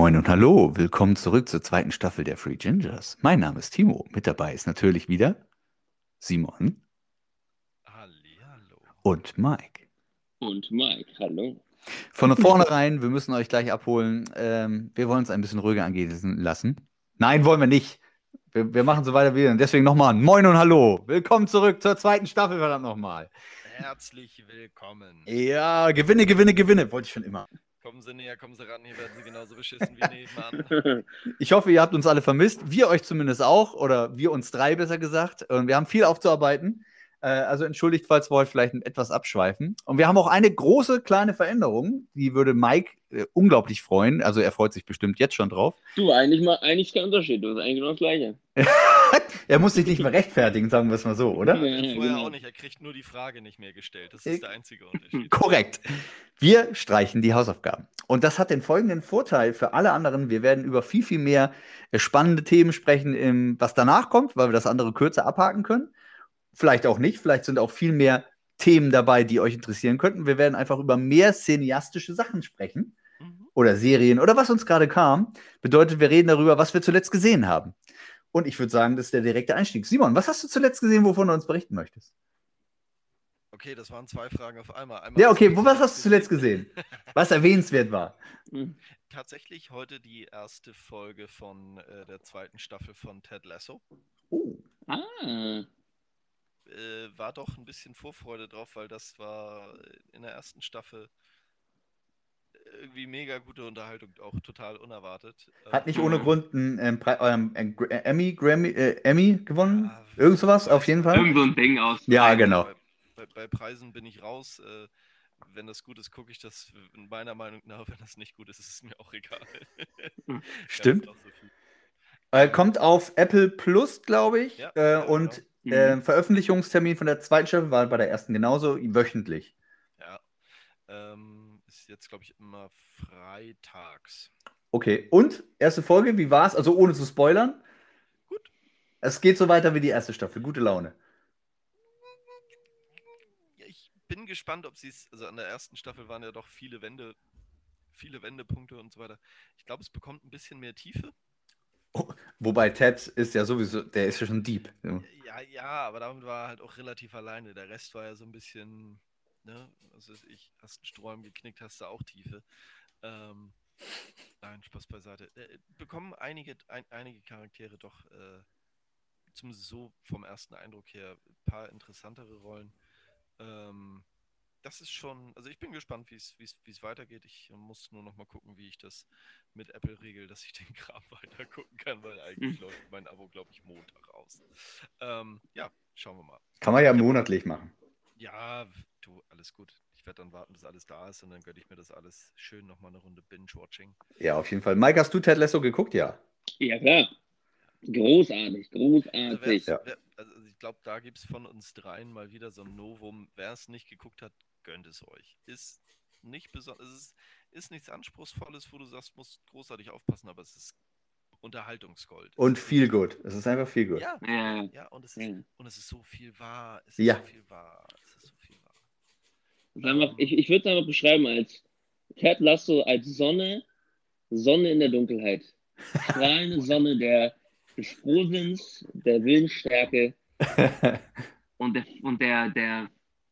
Moin und hallo, willkommen zurück zur zweiten Staffel der Free Gingers. Mein Name ist Timo, mit dabei ist natürlich wieder Simon Hallihallo. und Mike. Und Mike, hallo. Von vornherein, wir müssen euch gleich abholen, wir wollen es ein bisschen ruhiger angehen lassen. Nein, wollen wir nicht. Wir machen so weiter wie wir. Deswegen nochmal Moin und hallo, willkommen zurück zur zweiten Staffel, verdammt nochmal. Herzlich willkommen. Ja, Gewinne, Gewinne, Gewinne, wollte ich schon immer. Kommen Sie näher, kommen Sie ran, hier werden Sie genauso beschissen wie nebenan. Ich hoffe, ihr habt uns alle vermisst. Wir euch zumindest auch. Oder wir uns drei, besser gesagt. Und wir haben viel aufzuarbeiten. Also entschuldigt, falls wir heute vielleicht etwas abschweifen. Und wir haben auch eine große, kleine Veränderung. Die würde Mike unglaublich freuen. Also er freut sich bestimmt jetzt schon drauf. Du, eigentlich ist kein Unterschied. Du bist eigentlich genau das Gleiche. Er muss sich nicht mehr rechtfertigen, sagen wir es mal so, oder? Ja, Vorher genau. auch nicht, er kriegt nur die Frage nicht mehr gestellt. Das ist der einzige Unterschied. Korrekt. Wir streichen die Hausaufgaben. Und das hat den folgenden Vorteil für alle anderen. Wir werden über viel, viel mehr spannende Themen sprechen, was danach kommt, weil wir das andere kürzer abhaken können. Vielleicht auch nicht. Vielleicht sind auch viel mehr Themen dabei, die euch interessieren könnten. Wir werden einfach über mehr cineastische Sachen sprechen. Oder Serien oder was uns gerade kam. Bedeutet, wir reden darüber, was wir zuletzt gesehen haben. Und ich würde sagen, das ist der direkte Einstieg. Simon, was hast du zuletzt gesehen, wovon du uns berichten möchtest? Okay, das waren zwei Fragen auf einmal. Ja, okay, was hast du zuletzt gesehen? Was erwähnenswert war? Tatsächlich heute die erste Folge von der zweiten Staffel von Ted Lasso. Oh. Ah, War doch ein bisschen Vorfreude drauf, weil das war in der ersten Staffel irgendwie mega gute Unterhaltung, auch total unerwartet. Hat nicht ohne Grund einen Emmy gewonnen? Ja, Irgend sowas, auf jeden Fall. irgend so ein Ding aus. Ja, genau. Bei Preisen bin ich raus. Wenn das gut ist, gucke ich das. Meiner Meinung nach, wenn das nicht gut ist, ist es mir auch egal. Stimmt. Ja, das ist auch so viel. Kommt auf Apple Plus, glaube ich. Ja, und genau. Veröffentlichungstermin von der zweiten Staffel war bei der ersten genauso, wöchentlich. Ja. Ist jetzt, glaube ich, immer freitags. Okay, und erste Folge, wie war's? Also ohne zu spoilern. Gut. Es geht so weiter wie die erste Staffel. Gute Laune. Ja, ich bin gespannt, ob sie es. Also an der ersten Staffel waren ja doch viele Wendepunkte und so weiter. Ich glaube, es bekommt ein bisschen mehr Tiefe. Wobei Ted ist ja sowieso, der ist ja schon deep. Ja, aber damit war er halt auch relativ alleine. Der Rest war ja so ein bisschen, ne, also hast einen Strohhalm geknickt, hast du auch Tiefe. Nein, Spaß beiseite. Bekommen einige Charaktere doch, zumindest so vom ersten Eindruck her, ein paar interessantere Rollen. Das ist schon, also ich bin gespannt, wie es weitergeht. Ich muss nur noch mal gucken, wie ich das mit Apple regel, dass ich den Kram weiter gucken kann, weil eigentlich läuft mein Abo, glaube ich, Montag aus. Ja, schauen wir mal. Kann man ja monatlich machen. Ja, du, alles gut. Ich werde dann warten, bis alles da ist und dann gönne ich mir das alles schön nochmal eine Runde Binge-Watching. Ja, auf jeden Fall. Mike, hast du Ted Lasso geguckt? Ja. Ja, klar. Großartig, großartig. Also ich glaube, da gibt es von uns dreien mal wieder so ein Novum. Wer es nicht geguckt hat, gönnt es euch. Ist nicht besonders, ist nichts Anspruchsvolles, wo du sagst, musst großartig aufpassen, aber es ist Unterhaltungsgold. Und viel gut. Es ist einfach viel gut. Ja, Ja. ja, und es ist so viel wahr. Es ist Ja. so viel wahr. Es ist so viel wahr. Das ist einfach, ich würde es einfach beschreiben als Ted Lasso als Sonne in der Dunkelheit. Strahlende Sonne des Frohsinns, der Willensstärke und der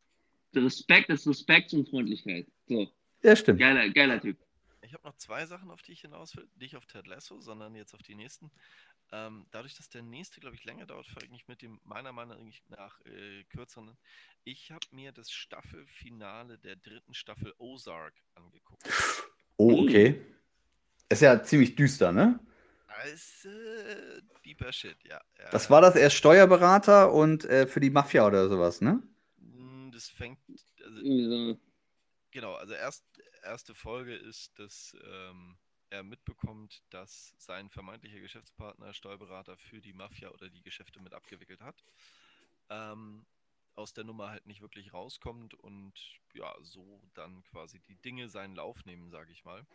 des Respekts und Freundlichkeit. So, Ja, stimmt. geiler Typ. Ich habe noch zwei Sachen, auf die ich hinaus will. Nicht auf Ted Lasso, sondern jetzt auf die nächsten. Dadurch, dass der nächste, glaube ich, länger dauert, fahre ich nicht mit dem meiner Meinung nach kürzeren. Ich habe mir das Staffelfinale der dritten Staffel Ozark angeguckt. Oh, okay. Ist ja ziemlich düster, ne? Als deeper Shit, ja. Das war das erst Steuerberater und für die Mafia oder sowas, ne? Das fängt. So. Genau, also erste Folge ist, dass er mitbekommt, dass sein vermeintlicher Geschäftspartner Steuerberater für die Mafia oder die Geschäfte mit abgewickelt hat. Aus der Nummer halt nicht wirklich rauskommt und ja, so dann quasi die Dinge seinen Lauf nehmen, sage ich mal.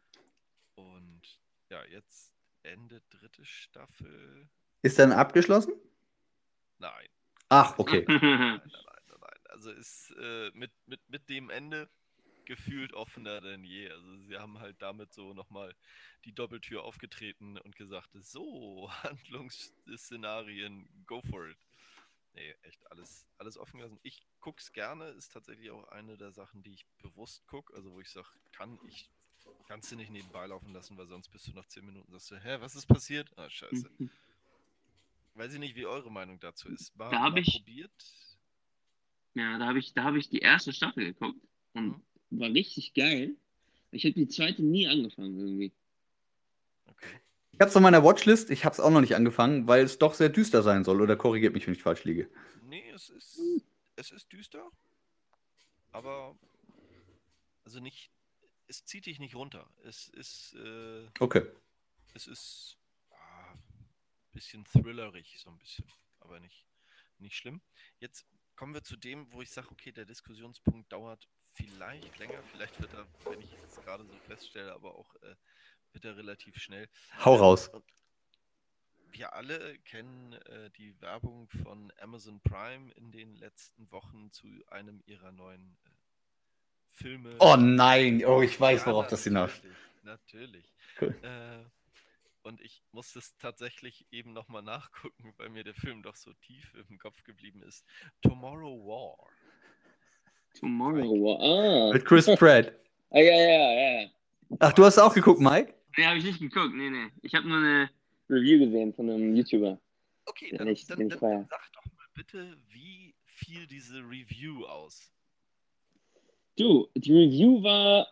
Und ja, jetzt Ende dritte Staffel. Ist dann abgeschlossen? Nein. Ach, okay. Nein. Also ist mit dem Ende gefühlt offener denn je. Also sie haben halt damit so nochmal die Doppeltür aufgetreten und gesagt, so, Handlungsszenarien, go for it. Nee, echt alles offen gelassen. Ich guck's gerne, ist tatsächlich auch eine der Sachen, die ich bewusst gucke, also wo ich sage, kannst du nicht nebenbei laufen lassen, weil sonst bist du nach 10 Minuten sagst du, hä, was ist passiert? Ah, scheiße. Weiß ich nicht, wie eure Meinung dazu ist. Da hab Mal ich- probiert? Ja, da hab ich die erste Staffel geguckt und war richtig geil. Ich habe die zweite nie angefangen irgendwie. Okay. Ich habe es auf meiner Watchlist, ich habe es auch noch nicht angefangen, weil es doch sehr düster sein soll. Oder korrigiert mich, wenn ich falsch liege. Nee, es ist düster, aber also nicht, es zieht dich nicht runter. Okay. Es ist bisschen thrillerig, so ein bisschen, aber nicht schlimm. Jetzt kommen wir zu dem, wo ich sage, okay, der Diskussionspunkt dauert vielleicht länger, vielleicht wird er, wenn ich es gerade so feststelle, aber auch wird er relativ schnell. Hau raus. Und wir alle kennen die Werbung von Amazon Prime in den letzten Wochen zu einem ihrer neuen Filme. Oh nein, oh, ich weiß, Ja, worauf das hinaus. Natürlich. Cool. Und ich musste es tatsächlich eben nochmal nachgucken, weil mir der Film doch so tief im Kopf geblieben ist. Tomorrow War. Tomorrow War. Mit Chris Pratt. Ja. Ach, du hast auch geguckt, Mike? Nee, habe ich nicht geguckt. Nee. Ich habe nur eine Review gesehen von einem YouTuber. Okay, Den dann ich feier. sag doch mal bitte, wie fiel diese Review aus? Du, die Review war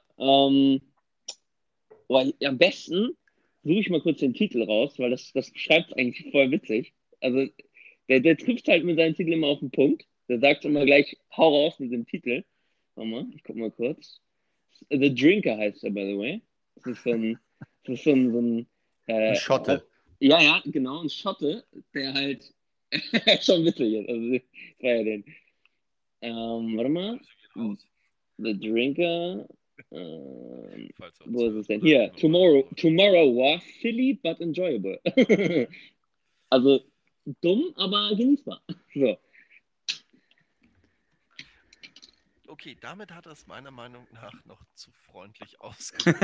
am besten suche ich mal kurz den Titel raus, weil das beschreibt es eigentlich voll witzig. Also der trifft halt mit seinem Titel immer auf den Punkt. Der sagt immer gleich, hau raus mit dem Titel. Warte mal, ich guck mal kurz. The Drinker heißt er, by the way. Das ist so ein Ein Schotte. Ja, genau, ein Schotte, der halt schon witzig ist. Also ich feier den. Warte mal. Grüße gehen raus. The Drinker. Falls er Wo uns ist es denn? hört. Hier, Tomorrow was silly but enjoyable. Also dumm, aber genießbar. So. Okay, damit hat er es meiner Meinung nach noch zu freundlich ausgedrückt.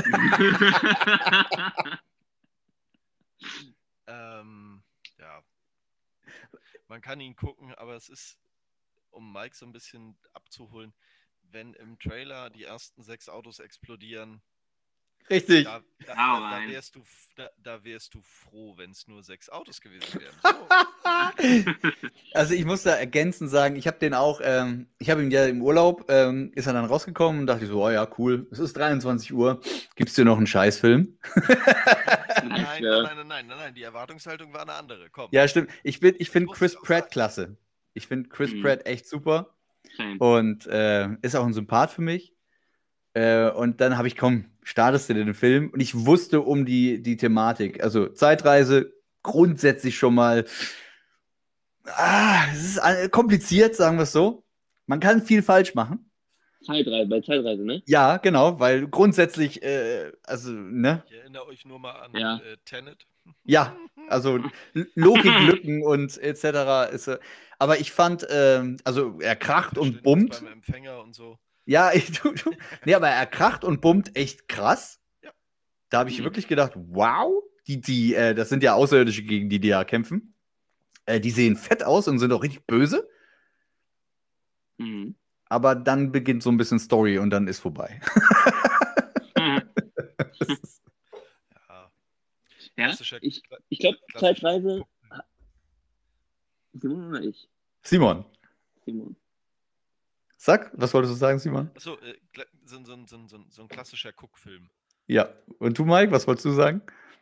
Ja. Man kann ihn gucken, aber es ist, um Mike so ein bisschen abzuholen, wenn im Trailer die ersten 6 Autos explodieren, Richtig. da rein. wärst du froh, wenn es nur 6 Autos gewesen wären. So. Also ich muss da ergänzend sagen, ich habe den auch, ich habe ihn ja im Urlaub, ist er dann rausgekommen und dachte ich so, oh ja, cool, es ist 23 Uhr, gibt's dir noch einen Scheißfilm? Nein, die Erwartungshaltung war eine andere. Komm. Ja, stimmt. Ich finde muss Chris ich auch Pratt sagen. klasse. Ich finde Chris Pratt echt super Same. und ist auch ein Sympath für mich. Und dann habe ich, komm, startest du den Film? Und ich wusste um die Thematik. Also Zeitreise grundsätzlich schon mal. Es ist kompliziert, sagen wir es so. Man kann viel falsch machen. Bei Zeitreise, ne? Ja, genau, weil grundsätzlich, also, ne? Ich erinnere euch nur mal an Ja. Tenet. Ja, also Logiklücken und etc. ist. Aber ich fand, also er kracht und bummt. Beim Empfänger und so. Ja, nee, aber er kracht und bummt echt krass. Ja. Da habe ich wirklich gedacht, wow, das sind ja Außerirdische, gegen die ja kämpfen. Die sehen fett aus und sind auch richtig böse. Mhm. Aber dann beginnt so ein bisschen Story und dann ist vorbei. Ja, Klassischer- ich glaube, klassischer Zeitreise. Guckfilm. Simon oder ich? Simon, Simon. sag, was wolltest du sagen, Simon? Achso, so ein klassischer Guckfilm. Ja, und du, Mike, was wolltest du sagen?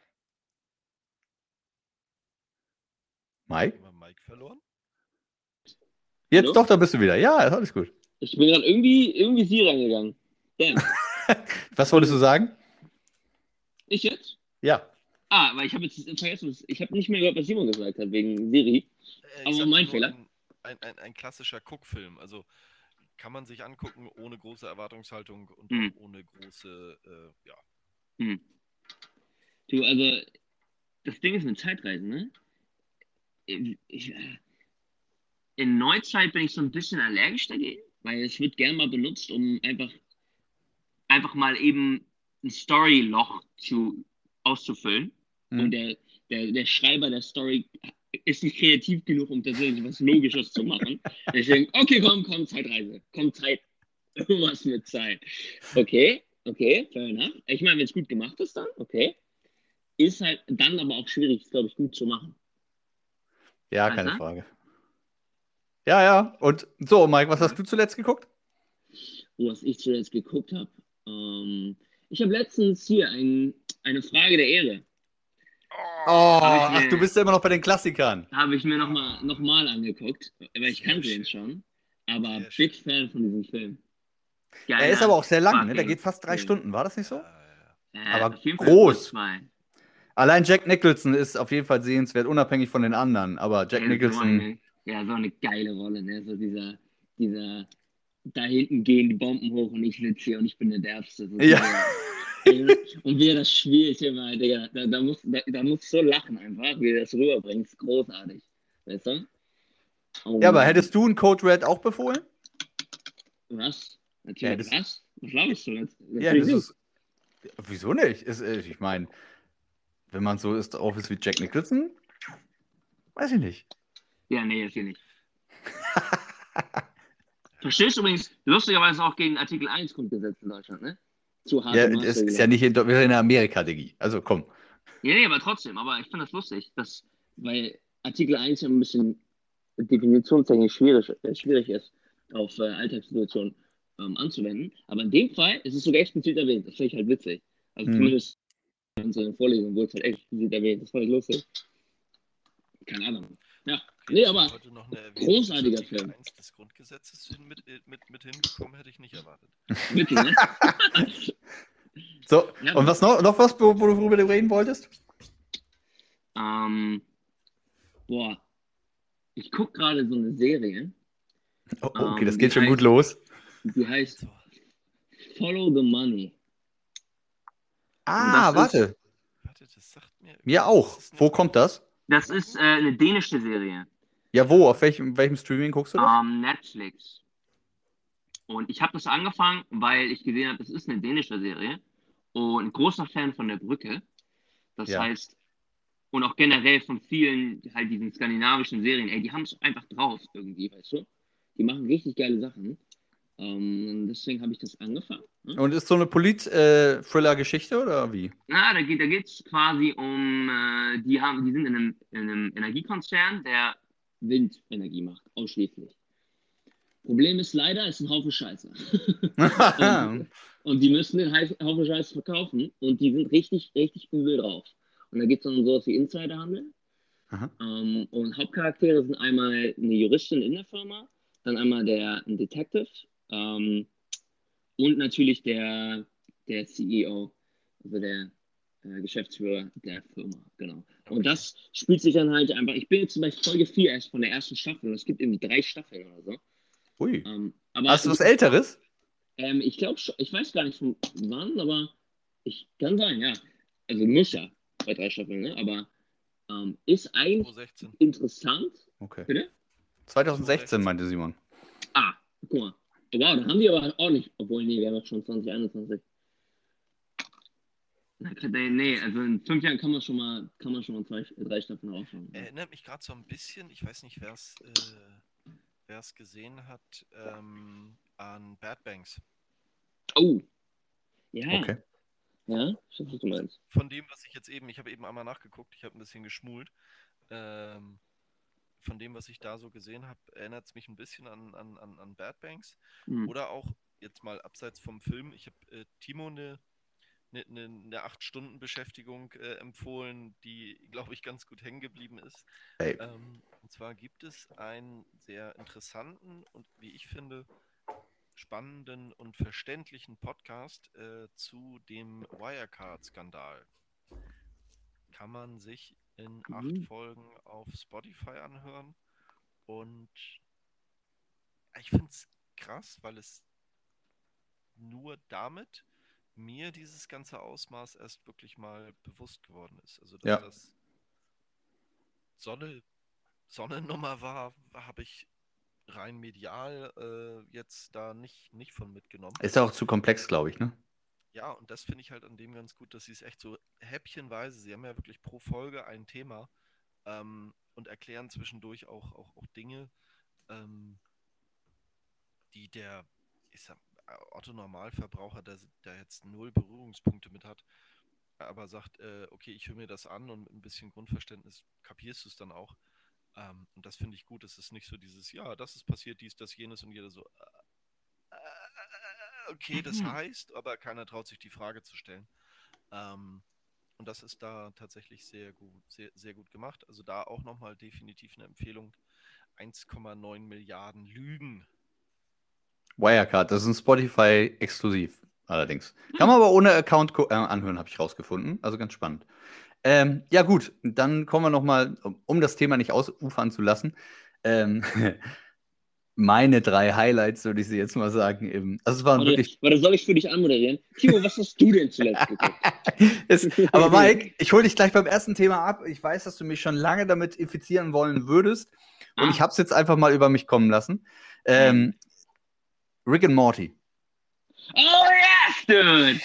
Mike? Haben wir Mike verloren? Jetzt Hallo? doch, da bist du wieder. Ja, ist alles gut. Ich bin gerade irgendwie sie reingegangen. Damn. Was wolltest du sagen? Ich jetzt? Ja. Aber ich habe jetzt vergessen, ich habe nicht mehr gehört, was Simon gesagt hat, wegen Siri. Ich Aber sagte mein nur, Fehler. Ein klassischer Guckfilm. Also kann man sich angucken ohne große Erwartungshaltung und Mhm. auch ohne große, ja. Du, also, das Ding ist mit Zeitreisen, ne? In Neuzeit bin ich so ein bisschen allergisch dagegen, weil es wird gern mal benutzt, um einfach einfach mal eben ein Story-Loch auszufüllen. Und der Schreiber der Story ist nicht kreativ genug, um tatsächlich was Logisches zu machen. Deswegen, okay, komm, Zeitreise. Komm, Zeit. Irgendwas mit Zeit. Okay, fair enough. Ich meine, wenn es gut gemacht ist, dann, okay. Ist halt dann aber auch schwierig, glaube ich, gut zu machen. Ja, Weißt keine du? Frage. Ja. Und so, Mike, was hast du zuletzt geguckt? Was ich zuletzt geguckt habe. Ich habe letztens hier eine Frage der Ehre. Oh, Hab ach, du bist ja immer noch bei den Klassikern. Habe ich mir noch mal angeguckt, weil ich Sehr kannte den schön. schon. Aber Sehr Big schön. Fan von diesem Film. Er ist aber auch sehr lang, ne? Der fucking geht fast 3 Film. Stunden, war das nicht so? Aber auf jeden Fall groß. 2. Allein Jack Nicholson ist auf jeden Fall sehenswert, unabhängig von den anderen. Aber Jack Nicholson. So eine geile Rolle, ne? So dieser da hinten gehen die Bomben hoch und ich sitze hier und ich bin der Derbste. So Ja. Und wie er das spielt, immer, Digga, da musst du so lachen einfach, wie er das rüberbringt. Ist großartig. Weißt du? Oh, Ja, aber Mann. hättest du einen Code Red auch befohlen? Was? Ja, Natürlich, was? Was glaubst du jetzt? Ja, das ist. Wieso nicht? Ich meine, wenn man so drauf ist wie Jack Nicholson, weiß ich nicht. Ja, nee, das hier nicht. Verstehst du übrigens lustigerweise auch gegen Artikel 1 Grundgesetz in Deutschland, ne? Zu hart. Ja, das ist ja nicht wir sind in Amerika, Diggi. Also komm. Ja, nee, aber trotzdem. Aber ich finde das lustig, weil Artikel 1 ja ein bisschen definitionstechnisch schwierig ist, auf Alltagssituationen anzuwenden. Aber in dem Fall ist es sogar explizit erwähnt. Das finde ich halt witzig. Also zumindest in unseren Vorlesungen wurde es halt explizit erwähnt. Das fand ich lustig. Keine Ahnung. Ja, nee, aber großartiger Film. 1 des Grundgesetzes mit hinbekommen, hätte ich nicht erwartet. Wirklich, ne? So, ja, und was noch was, worüber du reden wolltest? Boah. Ich gucke gerade so eine Serie. Oh, okay, das geht schon gut los. Die heißt Follow the Money. Warte. Warte, das sagt mir. Mir auch. Wo kommt das? Das ist eine dänische Serie. Ja, wo? Auf welchem Streaming guckst du das? Netflix. Und ich habe das angefangen, weil ich gesehen habe, es ist eine dänische Serie. Und ein großer Fan von der Brücke. Das heißt, und auch generell von vielen, halt diesen skandinavischen Serien, ey, die haben es einfach drauf irgendwie, weißt du? Die machen richtig geile Sachen. Deswegen habe ich das angefangen. Ne? Und ist so eine Polit-Thriller-Geschichte oder wie? Na, da geht es quasi um, die sind in einem Energiekonzern, der Windenergie macht, ausschließlich. Problem ist leider, es ist ein Haufen Scheiße. und die müssen den Haufen Scheiße verkaufen und die sind richtig, richtig übel drauf. Und da geht es dann um sowas wie Insiderhandel. Und Hauptcharaktere sind einmal eine Juristin in der Firma, dann einmal ein Detective und natürlich der CEO, also der Geschäftsführer der Firma, genau. Und das spielt sich dann halt einfach, ich bin jetzt bei Folge 4 erst von der ersten Staffel und es gibt irgendwie 3 Staffeln oder so. Ui. Aber hast du was Älteres? Ich glaube, ich weiß gar nicht von wann, aber ich kann sein, ja. Also muss ja bei 3 Staffeln, ne? Aber ist eigentlich 2016. interessant. Okay. Bitte? 2016 meinte Simon. Guck mal. Wow, da haben die aber auch nicht, obwohl, nee, wir haben ja schon 2021. Nee, also in 5 Jahren kann man schon mal 3 Staffeln aufschauen. Erinnert mich gerade so ein bisschen, ich weiß nicht, wer es gesehen hat, an Bad Banks. Oh. Ja. Okay. Ja, ich weiß, was du meinst. Von dem, was ich habe eben einmal nachgeguckt, ich habe ein bisschen geschmult. Von dem, was ich da so gesehen habe, erinnert es mich ein bisschen an Bad Banks. Oder auch, jetzt mal abseits vom Film, ich habe Timo eine 8-Stunden-Beschäftigung empfohlen, die, glaube ich, ganz gut hängen geblieben ist. Hey. Und zwar gibt es einen sehr interessanten und, wie ich finde, spannenden und verständlichen Podcast zu dem Wirecard-Skandal. Kann man sich in 8 Folgen auf Spotify anhören. Und ich finde es krass, weil es nur damit mir dieses ganze Ausmaß erst wirklich mal bewusst geworden ist. Also, dass das so eine Nummer war, habe ich rein medial jetzt da nicht von mitgenommen. Ist ja auch zu komplex, glaube ich, ne? Ja, und das finde ich halt an dem ganz gut, dass sie es echt so häppchenweise, sie haben ja wirklich pro Folge ein Thema und erklären zwischendurch auch Dinge, ähm, die der, ich sag, Otto Normalverbraucher, der jetzt null Berührungspunkte mit hat, aber sagt, okay, ich höre mir das an und mit ein bisschen Grundverständnis kapierst du es dann auch. Und das finde ich gut. Es ist nicht so dieses, ja, das ist passiert, dies, das, jenes und jeder so, okay, das heißt, aber keiner traut sich die Frage zu stellen. Und das ist da tatsächlich sehr gut gemacht. Also da auch nochmal definitiv eine Empfehlung. 1,9 Milliarden Lügen. Wirecard, das ist ein Spotify-exklusiv, allerdings. Kann man aber ohne Account anhören, habe ich rausgefunden. Also ganz spannend. Ja gut, dann kommen wir nochmal, um das Thema nicht ausufern zu lassen. Meine 3 Highlights, würde ich sie jetzt mal sagen. Also es waren wirklich. Warte, soll ich für dich anmoderieren? Timo, was hast du denn zuletzt geguckt? Aber Mike, ich hole dich gleich beim ersten Thema ab. Ich weiß, dass du mich schon lange damit infizieren wollen würdest. Und ich habe es jetzt einfach mal über mich kommen lassen. Rick and Morty. Oh yes, dude!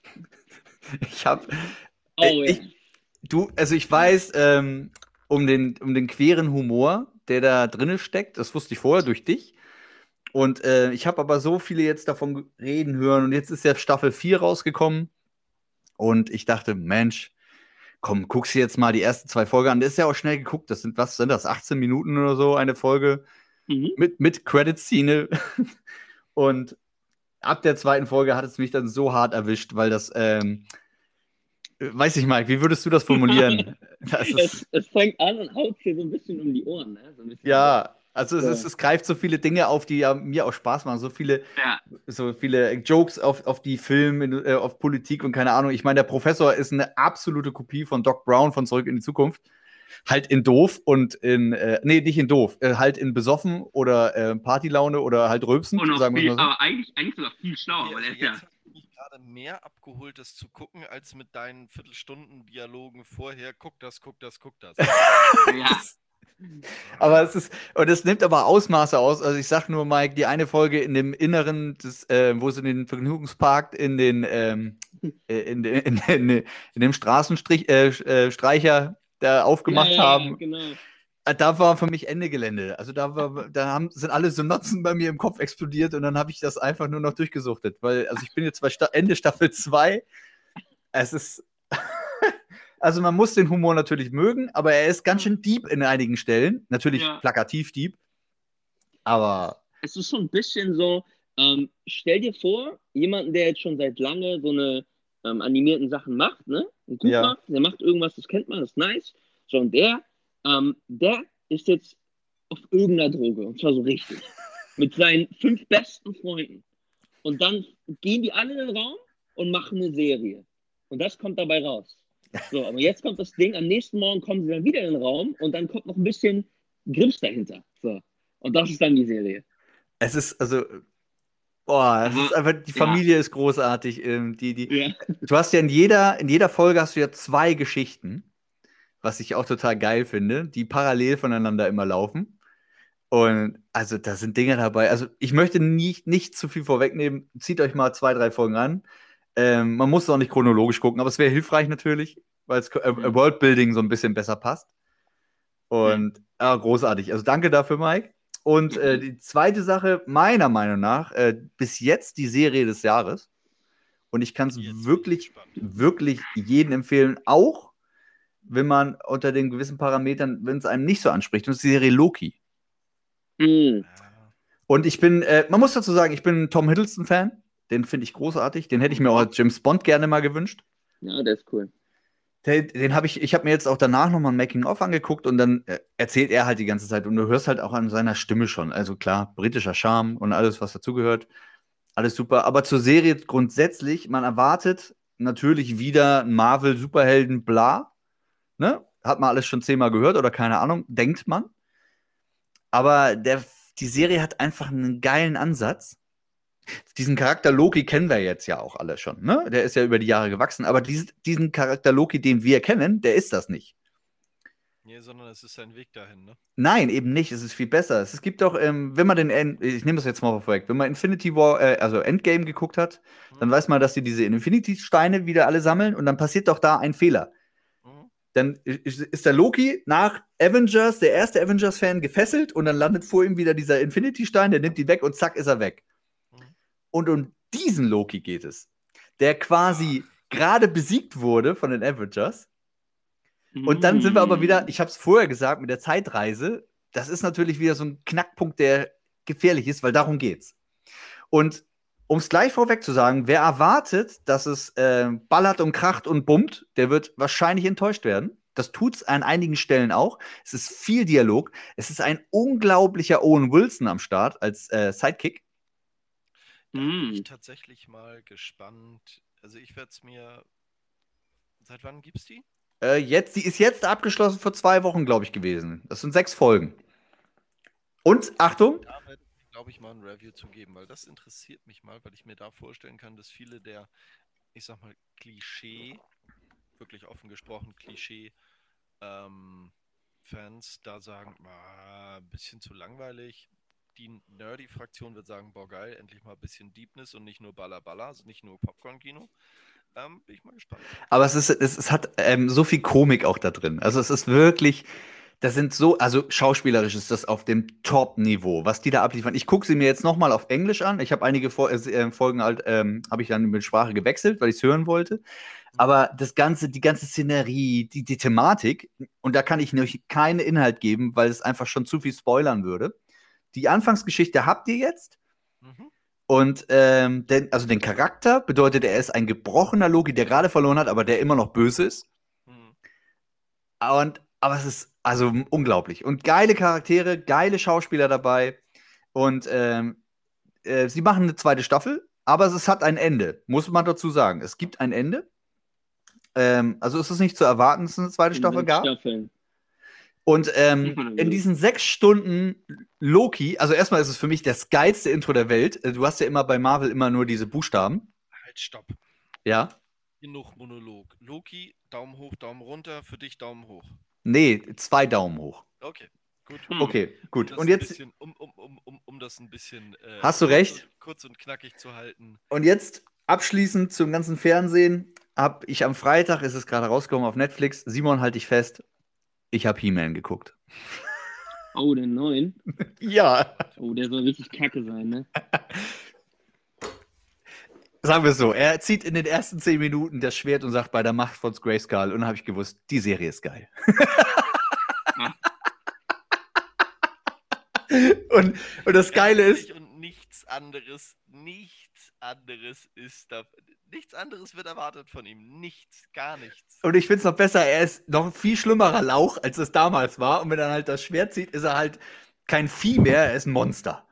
Ich weiß, um den queeren Humor, der da drin steckt, das wusste ich vorher durch dich. Und ich habe aber so viele jetzt davon reden hören. Und jetzt ist ja Staffel 4 rausgekommen. Und ich dachte, Mensch, komm, guckst du jetzt mal die ersten 2 Folgen an. Das ist ja auch schnell geguckt. Was sind das? 18 Minuten oder so, eine Folge. Mit Credit-Szene. Und ab der 2. Folge hat es mich dann so hart erwischt, weil das, weiß ich, Mike, wie würdest du das formulieren? Es fängt an und haut hier so ein bisschen um die Ohren. Ne? So ja, also es greift so viele Dinge auf, die ja mir auch Spaß machen. So viele Jokes auf die Filme, auf Politik und keine Ahnung. Ich meine, der Professor ist eine absolute Kopie von Doc Brown von Zurück in die Zukunft. Halt in doof und nicht in doof, halt in besoffen oder Partylaune oder halt rülpsen. Sagen wir mal so. Aber eigentlich sogar viel schlauer, weil er ist ja gerade mehr abgeholt, das zu gucken, als mit deinen Viertelstunden-Dialogen vorher. Guck das. Ja. Aber es nimmt aber Ausmaße aus. Also ich sag nur, Mike, die eine Folge in dem Inneren wo sie den Vergnügungspark in dem Straßenstreicher da aufgemacht haben. Genau. Da war für mich Ende Gelände. Also sind alle Synotzen bei mir im Kopf explodiert und dann habe ich das einfach nur noch durchgesuchtet. Also ich bin jetzt bei Ende Staffel 2. Es ist. Also man muss den Humor natürlich mögen, aber er ist ganz schön deep in einigen Stellen. Natürlich plakativ deep. Aber. Es ist schon ein bisschen so, stell dir vor, jemanden, der jetzt schon seit lange so eine animierten Sachen macht, ne? Und gut macht, der macht irgendwas, das kennt man, das ist nice. So, und der ist jetzt auf irgendeiner Droge, und zwar so richtig. Mit seinen 5 besten Freunden. Und dann gehen die alle in den Raum und machen eine Serie. Und das kommt dabei raus. So, aber jetzt kommt das Ding, am nächsten Morgen kommen sie dann wieder in den Raum und dann kommt noch ein bisschen Grips dahinter. So. Und das ist dann die Serie. Es ist, also, ist einfach, die Familie ist großartig. Du hast ja in jeder Folge hast du ja 2 Geschichten, was ich auch total geil finde, die parallel voneinander immer laufen. Und also da sind Dinge dabei. Also ich möchte nicht zu viel vorwegnehmen. Zieht euch mal 2, 3 Folgen an. Man muss es auch nicht chronologisch gucken, aber es wäre hilfreich natürlich, weil es Worldbuilding so ein bisschen besser passt. Und großartig. Also danke dafür, Mike. Und die zweite Sache, meiner Meinung nach, bis jetzt die Serie des Jahres. Und ich kann es wirklich jedem empfehlen, auch wenn man unter den gewissen Parametern, wenn es einem nicht so anspricht. Und das ist die Serie Loki. Und ich bin, man muss dazu sagen, ich bin ein Tom Hiddleston-Fan. Den finde ich großartig. Den hätte ich mir auch als James Bond gerne mal gewünscht. Ja, der ist cool. Den habe ich habe mir jetzt auch danach nochmal ein Making-of angeguckt und dann erzählt er halt die ganze Zeit und du hörst halt auch an seiner Stimme schon. Also klar, britischer Charme und alles, was dazugehört. Alles super. Aber zur Serie grundsätzlich, man erwartet natürlich wieder einen Marvel-Superhelden, bla. Ne? Hat man alles schon 10-mal gehört oder keine Ahnung, denkt man. Aber die Serie hat einfach einen geilen Ansatz. Diesen Charakter Loki kennen wir jetzt ja auch alle schon, ne? Der ist ja über die Jahre gewachsen, aber diesen Charakter Loki, den wir kennen, der ist das nicht. Nee, sondern es ist ein Weg dahin, ne? Nein, eben nicht. Es ist viel besser. Es gibt doch, wenn man ich nehme das jetzt mal vorweg, wenn man Infinity War, also Endgame geguckt hat, dann Mhm. weiß man, dass sie diese Infinity-Steine wieder alle sammeln und dann passiert doch da ein Fehler. Mhm. Dann ist der Loki nach Avengers, der erste Avengers-Fan, gefesselt und dann landet vor ihm wieder dieser Infinity-Stein, der nimmt ihn weg und zack ist er weg. Mhm. Und um diesen Loki geht es, der quasi gerade besiegt wurde von den Avengers. Und dann sind wir aber wieder, ich habe es vorher gesagt, mit der Zeitreise, das ist natürlich wieder so ein Knackpunkt, der gefährlich ist, weil darum geht's. Und um es gleich vorweg zu sagen, wer erwartet, dass es ballert und kracht und bummt, der wird wahrscheinlich enttäuscht werden. Das tut's an einigen Stellen auch. Es ist viel Dialog. Es ist ein unglaublicher Owen Wilson am Start als Sidekick. Da bin ich tatsächlich mal gespannt. Also ich werde es mir. Seit wann gibt's die? Die ist jetzt abgeschlossen vor 2 Wochen, glaube ich, gewesen. Das sind 6 Folgen. Und Achtung, Da werde ich, glaube ich, mal ein Review zu geben, weil das interessiert mich mal, weil ich mir da vorstellen kann, dass viele der, ich sag mal, Klischee, wirklich offen gesprochen, Klischee-Fans da sagen, ein bisschen zu langweilig. Die Nerdy-Fraktion wird sagen, boah geil, endlich mal ein bisschen Deepness und nicht nur Baller Baller, also nicht nur Popcorn-Kino. Bin ich mal gespannt. aber es hat so viel Komik auch da drin. Also es ist wirklich, das sind so, also schauspielerisch ist das auf dem Top-Niveau, was die da abliefern. Ich gucke sie mir jetzt noch mal auf Englisch an. Ich habe einige Folgen halt, habe ich dann mit Sprache gewechselt, weil ich es hören wollte. Aber das Ganze, die ganze Szenerie, die Thematik, und da kann ich euch keinen Inhalt geben, weil es einfach schon zu viel spoilern würde. Die Anfangsgeschichte habt ihr jetzt. Mhm. Und also den Charakter bedeutet, er ist ein gebrochener Loki, der gerade verloren hat, aber der immer noch böse ist. Mhm. Aber es ist also unglaublich. Und geile Charaktere, geile Schauspieler dabei. Und sie machen eine zweite Staffel, aber es hat ein Ende, muss man dazu sagen. Es gibt ein Ende. Also ist es nicht zu erwarten, dass es eine zweite Staffel gab. Staffeln. Und in diesen 6 Stunden Loki, also erstmal ist es für mich das geilste Intro der Welt. Du hast ja immer bei Marvel immer nur diese Buchstaben. Halt, stopp. Ja. Genug Monolog. Loki, Daumen hoch, Daumen runter. Für dich Daumen hoch. Nee, 2 Daumen hoch. Okay, gut. Okay, gut. Um Und jetzt. Bisschen, um das ein bisschen hast du recht? Kurz und knackig zu halten. Und jetzt abschließend zum ganzen Fernsehen. Hab ich am Freitag, ist es gerade rausgekommen auf Netflix. Simon, halte ich fest. Ich habe He-Man geguckt. Oh, den neuen? Ja. Oh, der soll richtig kacke sein, ne? Sagen wir es so, er zieht in den ersten 10 Minuten das Schwert und sagt bei der Macht von Grayskull. Und dann habe ich gewusst, die Serie ist geil. und das Geile ist. Und nichts anderes wird erwartet von ihm. Nichts, gar nichts. Und ich finde es noch besser, er ist noch ein viel schlimmerer Lauch, als es damals war. Und wenn er halt das Schwert zieht, ist er halt kein Vieh mehr, er ist ein Monster.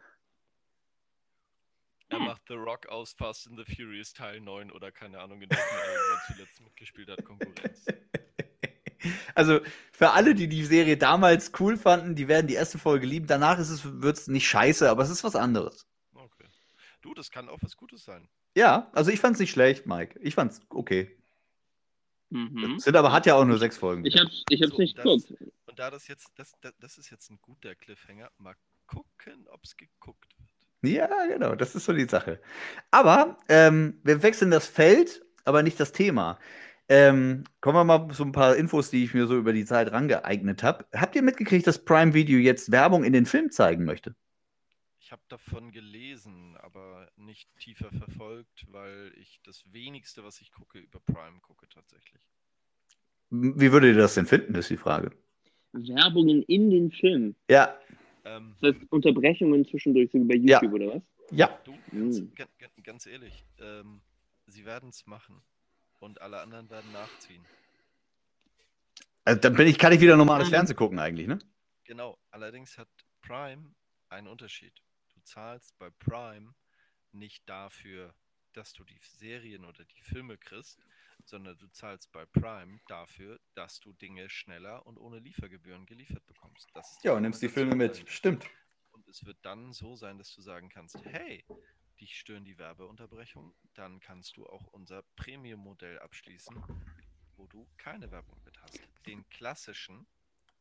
Er macht The Rock aus Fast and the Furious Teil 9 oder keine Ahnung, in welchem er zuletzt mitgespielt hat, Konkurrenz. Also für alle, die die Serie damals cool fanden, die werden die erste Folge lieben. Danach wird es nicht scheiße, aber es ist was anderes. Okay. Du, das kann auch was Gutes sein. Ja, also ich fand's nicht schlecht, Mike. Ich fand's okay. Sind aber hat ja auch nur 6 Folgen. Ich hab's nicht geguckt. Und da das jetzt, das ist jetzt ein guter Cliffhanger. Mal gucken, ob's geguckt wird. Ja, genau, das ist so die Sache. Aber wir wechseln das Feld, aber nicht das Thema. Kommen wir mal zu ein paar Infos, die ich mir so über die Zeit rangeeignet habe. Habt ihr mitgekriegt, dass Prime Video jetzt Werbung in den Film zeigen möchte? Ich habe davon gelesen, aber nicht tiefer verfolgt, weil ich das wenigste, was ich gucke, über Prime gucke tatsächlich. Wie würdet ihr das denn finden, ist die Frage. Werbungen in den Film? Ja. Das heißt Unterbrechungen zwischendurch, so wie bei YouTube oder was? Ja. Du, ganz ehrlich, sie werden es machen und alle anderen werden nachziehen. Also, dann kann ich wieder normales Fernsehen gucken eigentlich, ne? Genau, allerdings hat Prime einen Unterschied. Du zahlst bei Prime nicht dafür, dass du die Serien oder die Filme kriegst, sondern du zahlst bei Prime dafür, dass du Dinge schneller und ohne Liefergebühren geliefert bekommst. Das ist ja, und nimmst die Filme mit. dahinter. Stimmt. Und es wird dann so sein, dass du sagen kannst, hey, dich stören die Werbeunterbrechungen, dann kannst du auch unser Premium-Modell abschließen, wo du keine Werbung mit hast. Den klassischen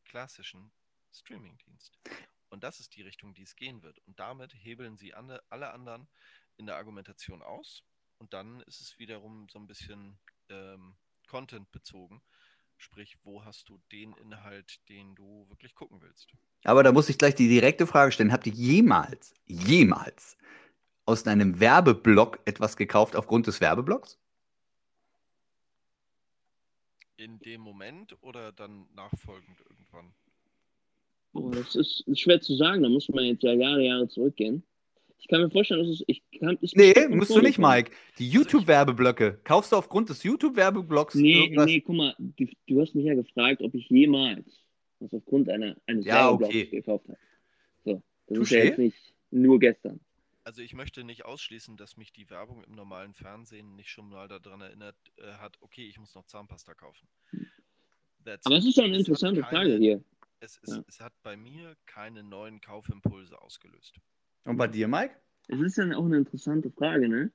klassischen Streamingdienst. Und das ist die Richtung, die es gehen wird. Und damit hebeln sie alle anderen in der Argumentation aus. Und dann ist es wiederum so ein bisschen Content bezogen. Sprich, wo hast du den Inhalt, den du wirklich gucken willst? Aber da muss ich gleich die direkte Frage stellen. Habt ihr jemals aus einem Werbeblock etwas gekauft aufgrund des Werbeblocks? In dem Moment oder dann nachfolgend irgendwann? Oh, das ist schwer zu sagen, da muss man jetzt ja Jahre zurückgehen. Ich kann mir vorstellen, ist Nee, bestimmt musst du nicht, vorgekommen. Mike. Die YouTube-Werbeblöcke. Kaufst du aufgrund des YouTube-Werbeblocks irgendwas? Nee, guck mal, du hast mich ja gefragt, ob ich jemals was aufgrund eines Ja, Werbeblocks okay. gekauft habe. So, das ist Touché. ja jetzt nicht nur gestern. Also ich möchte nicht ausschließen, dass mich die Werbung im normalen Fernsehen nicht schon mal daran erinnert hat, okay, ich muss noch Zahnpasta kaufen. Aber es ist schon eine Es hat interessante keine- Frage hier. Es hat bei mir keine neuen Kaufimpulse ausgelöst. Und bei dir, Mike? Es ist dann auch eine interessante Frage, ne?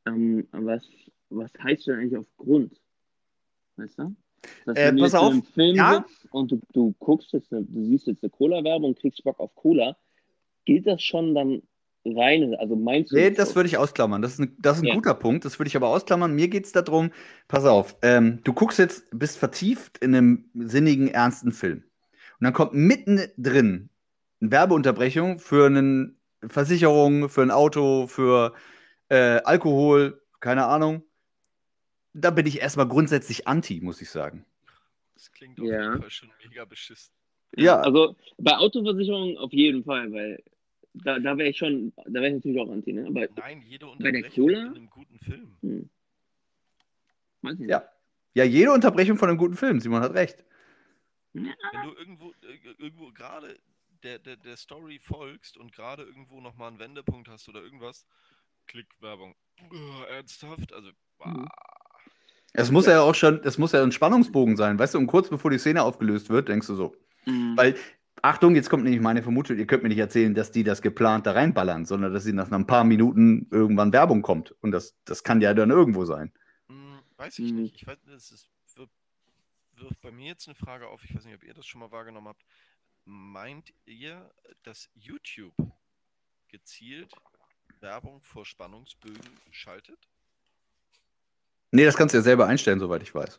Was heißt denn eigentlich aufgrund? Weißt du? Wenn du pass jetzt auf. in einem Film Ja. sitzt und du guckst jetzt, du siehst jetzt eine Cola-Werbung und kriegst Bock auf Cola, gilt das schon dann rein? Also meinst du? Nee, das würde ich ausklammern. Das ist ein Ja. guter Punkt. Das würde ich aber ausklammern. Mir geht es darum, pass auf, du guckst jetzt, bist vertieft in einem sinnigen, ernsten Film. Und dann kommt mittendrin eine Werbeunterbrechung für eine Versicherung, für ein Auto, für Alkohol, keine Ahnung. Da bin ich erstmal grundsätzlich anti, muss ich sagen. Das klingt auf Ja. jeden Fall schon mega beschissen. Ja, Also bei Autoversicherungen auf jeden Fall, weil da wäre ich natürlich auch anti, ne? Aber Nein, jede Bei der Unterbrechung Cola? in einem guten Film. weiß ich nicht. ja. Ja, jede Unterbrechung von einem guten Film, Simon hat recht. Wenn du irgendwo gerade der Story folgst und gerade irgendwo nochmal einen Wendepunkt hast oder irgendwas, Klick, Werbung. Ernsthaft? Also, Mhm. Es muss ja auch schon, es muss ja ein Spannungsbogen sein, weißt du, und kurz bevor die Szene aufgelöst wird, denkst du so. Weil, Achtung, jetzt kommt nämlich meine Vermutung, ihr könnt mir nicht erzählen, dass die das geplant da reinballern, sondern dass sie nach ein paar Minuten irgendwann Werbung kommt. Und das kann ja dann irgendwo sein. weiß ich nicht. Ich weiß, wirft bei mir jetzt eine Frage auf, ich weiß nicht, ob ihr das schon mal wahrgenommen habt. Meint ihr, dass YouTube gezielt Werbung vor Spannungsbögen schaltet? Nee, das kannst du ja selber einstellen, soweit ich weiß.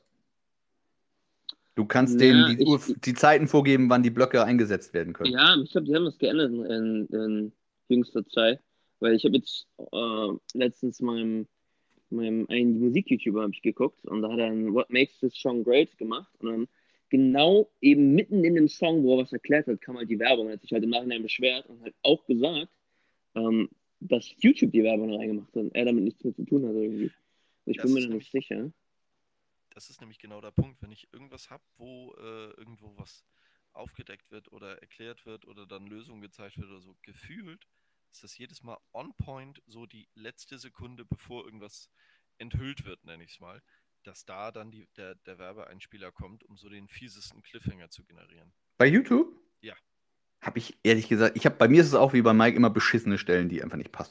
Du kannst Ja, denen die Zeiten vorgeben, wann die Blöcke eingesetzt werden können. Ja, ich glaube, die haben das geändert in jüngster Zeit, weil ich habe jetzt letztens meinem einen Musik-YouTuber habe ich geguckt und da hat er ein What Makes This Song Great gemacht und dann genau eben mitten in dem Song, wo er was erklärt hat, kam halt die Werbung. Er hat sich halt im Nachhinein beschwert und hat auch gesagt, dass YouTube die Werbung reingemacht hat und er damit nichts mehr zu tun hat irgendwie. Also ich bin mir da nicht sicher. Das ist nämlich genau der Punkt, wenn ich irgendwas habe, wo irgendwo was aufgedeckt wird oder erklärt wird oder dann Lösungen gezeigt wird oder so, gefühlt ist das jedes Mal on point, so die letzte Sekunde, bevor irgendwas enthüllt wird, nenne ich es mal, dass da dann der Werbeeinspieler kommt, um so den fiesesten Cliffhanger zu generieren. Bei YouTube? Ja. Habe ich ehrlich gesagt, bei mir ist es auch wie bei Mike immer beschissene Stellen, die einfach nicht passen.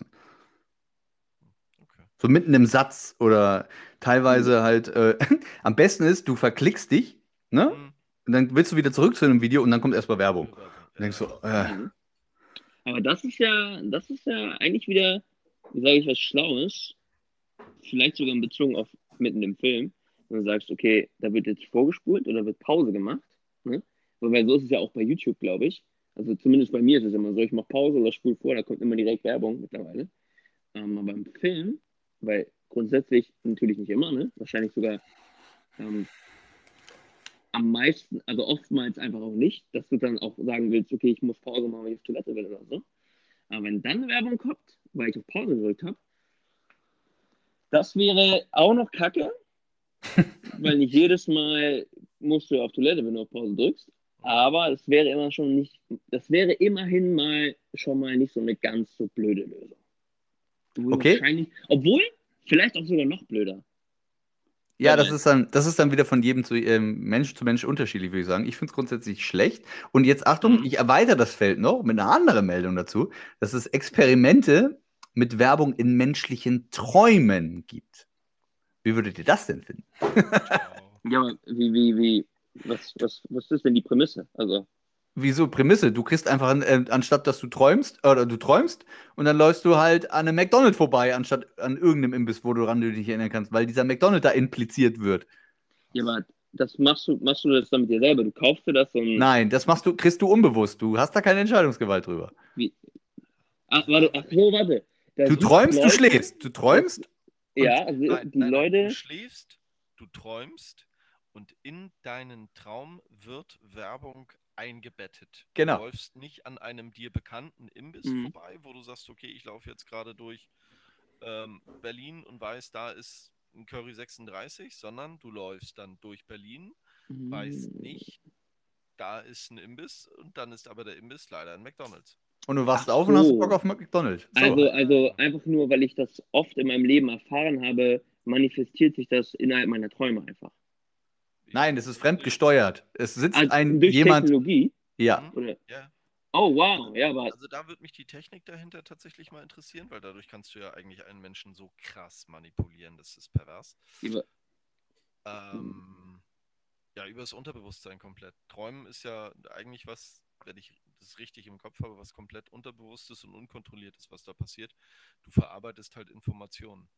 Okay. So mitten im Satz oder teilweise halt, am besten ist, du verklickst dich, ne? Und dann willst du wieder zurück zu einem Video und dann kommt erstmal Werbung. Und denkst du, Aber das ist ja eigentlich wieder, wie sage ich, was Schlaues. Vielleicht sogar in Bezug auf mitten im Film. Wenn du sagst, okay, da wird jetzt vorgespult oder wird Pause gemacht. Ne? Weil so ist es ja auch bei YouTube, glaube ich. Also zumindest bei mir ist es immer so, ich mache Pause oder spule vor, da kommt immer direkt Werbung mittlerweile. Aber im Film, weil grundsätzlich natürlich nicht immer, ne? Wahrscheinlich sogar am meisten, also oftmals einfach auch nicht, dass du dann auch sagen willst, okay, ich muss Pause machen, weil ich auf Toilette will oder so. Aber wenn dann Werbung kommt, weil ich auf Pause gedrückt habe, das wäre auch noch kacke, weil nicht jedes Mal musst du auf Toilette, wenn du auf Pause drückst. Aber es wäre immerhin mal schon mal nicht so eine ganz so blöde Lösung. Okay. Obwohl, vielleicht auch sogar noch blöder. Ja, das ist dann wieder von jedem Mensch zu Mensch unterschiedlich, würde ich sagen. Ich finde es grundsätzlich schlecht. Und jetzt Achtung, ich erweitere das Feld noch mit einer anderen Meldung dazu, dass es Experimente mit Werbung in menschlichen Träumen gibt. Wie würdet ihr das denn finden? Ja, aber was ist denn die Prämisse? Also, Wieso Prämisse? Du kriegst einfach, anstatt dass du träumst, oder du träumst, und dann läufst du halt an einem McDonald's vorbei, anstatt an irgendeinem Imbiss, woran du dich erinnern kannst, weil dieser McDonald's da impliziert wird. Ja, aber das machst du das dann mit dir selber? Du kaufst dir das und Nein, das kriegst du unbewusst. Du hast da keine Entscheidungsgewalt drüber. wie? Ach, warte, warte. Da Du gibt's träumst, du Leute, schläfst. Du träumst ja, also Nein, die nein, nein. Du Leute, schläfst, du träumst und in deinen Traum wird Werbung eingebettet. Genau. Du läufst nicht an einem dir bekannten Imbiss vorbei, wo du sagst, okay, ich laufe jetzt gerade durch Berlin und weiß, da ist ein Curry 36, sondern du läufst dann durch Berlin, weißt nicht, da ist ein Imbiss und dann ist aber der Imbiss leider ein McDonald's. und du wachst Ach auf und hast so. Bock auf McDonald's. So. Also einfach nur, weil ich das oft in meinem Leben erfahren habe, manifestiert sich das innerhalb meiner Träume einfach. Nein, es ist fremdgesteuert. Es sitzt Durch jemand. Technologie? Ja. Oder? Ja. Oh, wow. Ja, aber Also da würde mich die Technik dahinter tatsächlich mal interessieren, weil dadurch kannst du ja eigentlich einen Menschen so krass manipulieren, das ist pervers. Ja, über das Unterbewusstsein komplett. Träumen ist ja eigentlich was, wenn ich das richtig im Kopf habe, was komplett Unterbewusstes und Unkontrolliertes, was da passiert. Du verarbeitest halt Informationen.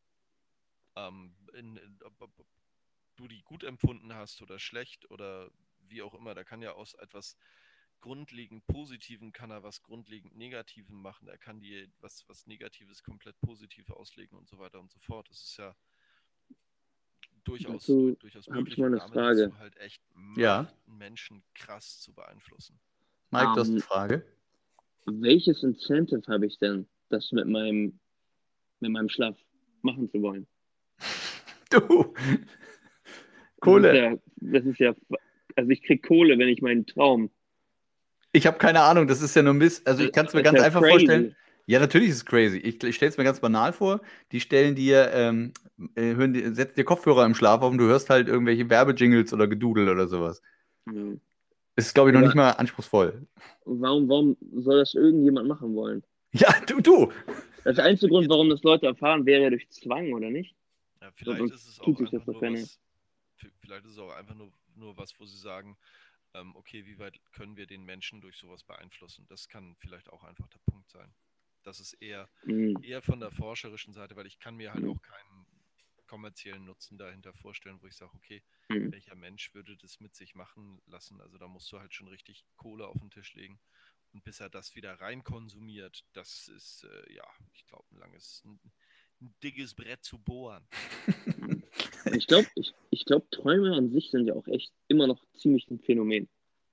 Ob du die gut empfunden hast oder schlecht oder wie auch immer, da kann ja aus etwas grundlegend Positiven kann er was grundlegend Negativen machen. Er kann dir was Negatives komplett positiv auslegen und so weiter und so fort. Das ist ja durchaus hab ich möglich. mal eine Und damit Frage. hast du halt echt Ja. Menschen krass zu beeinflussen. Mike, du hast eine Frage. Welches Incentive habe ich denn, das mit meinem Schlaf machen zu wollen? Du. Kohle. Das ist ja, also ich krieg Kohle, wenn ich meinen Traum. Ich habe keine Ahnung, das ist ja nur Mist. Also ich kann es mir ganz einfach vorstellen. Ja, natürlich ist es crazy. Ich stelle es mir ganz banal vor. Die stellen dir, setzen dir Kopfhörer im Schlaf auf und du hörst halt irgendwelche Werbejingles oder Gedudel oder sowas. Ja. Ist, glaube ich, noch nicht mal anspruchsvoll. Warum soll das irgendjemand machen wollen? Ja, du. Das einzige Grund, warum das Leute erfahren, wäre ja durch Zwang, oder nicht? Ja, vielleicht Sonst ist es auch tut sich das einfach doch nur keiner. was, vielleicht ist es auch einfach nur was, wo sie sagen, okay, wie weit können wir den Menschen durch sowas beeinflussen? Das kann vielleicht auch einfach der Punkt sein. Das ist eher von der forscherischen Seite, weil ich kann mir halt auch keinen kommerziellen Nutzen dahinter vorstellen, wo ich sage, okay, welcher Mensch würde das mit sich machen lassen? Also da musst du halt schon richtig Kohle auf den Tisch legen. Und bis er das wieder rein konsumiert, das ist, ich glaube, ein dickes Brett zu bohren. Ich glaube, Träume an sich sind ja auch echt immer noch ziemlich ein Phänomen.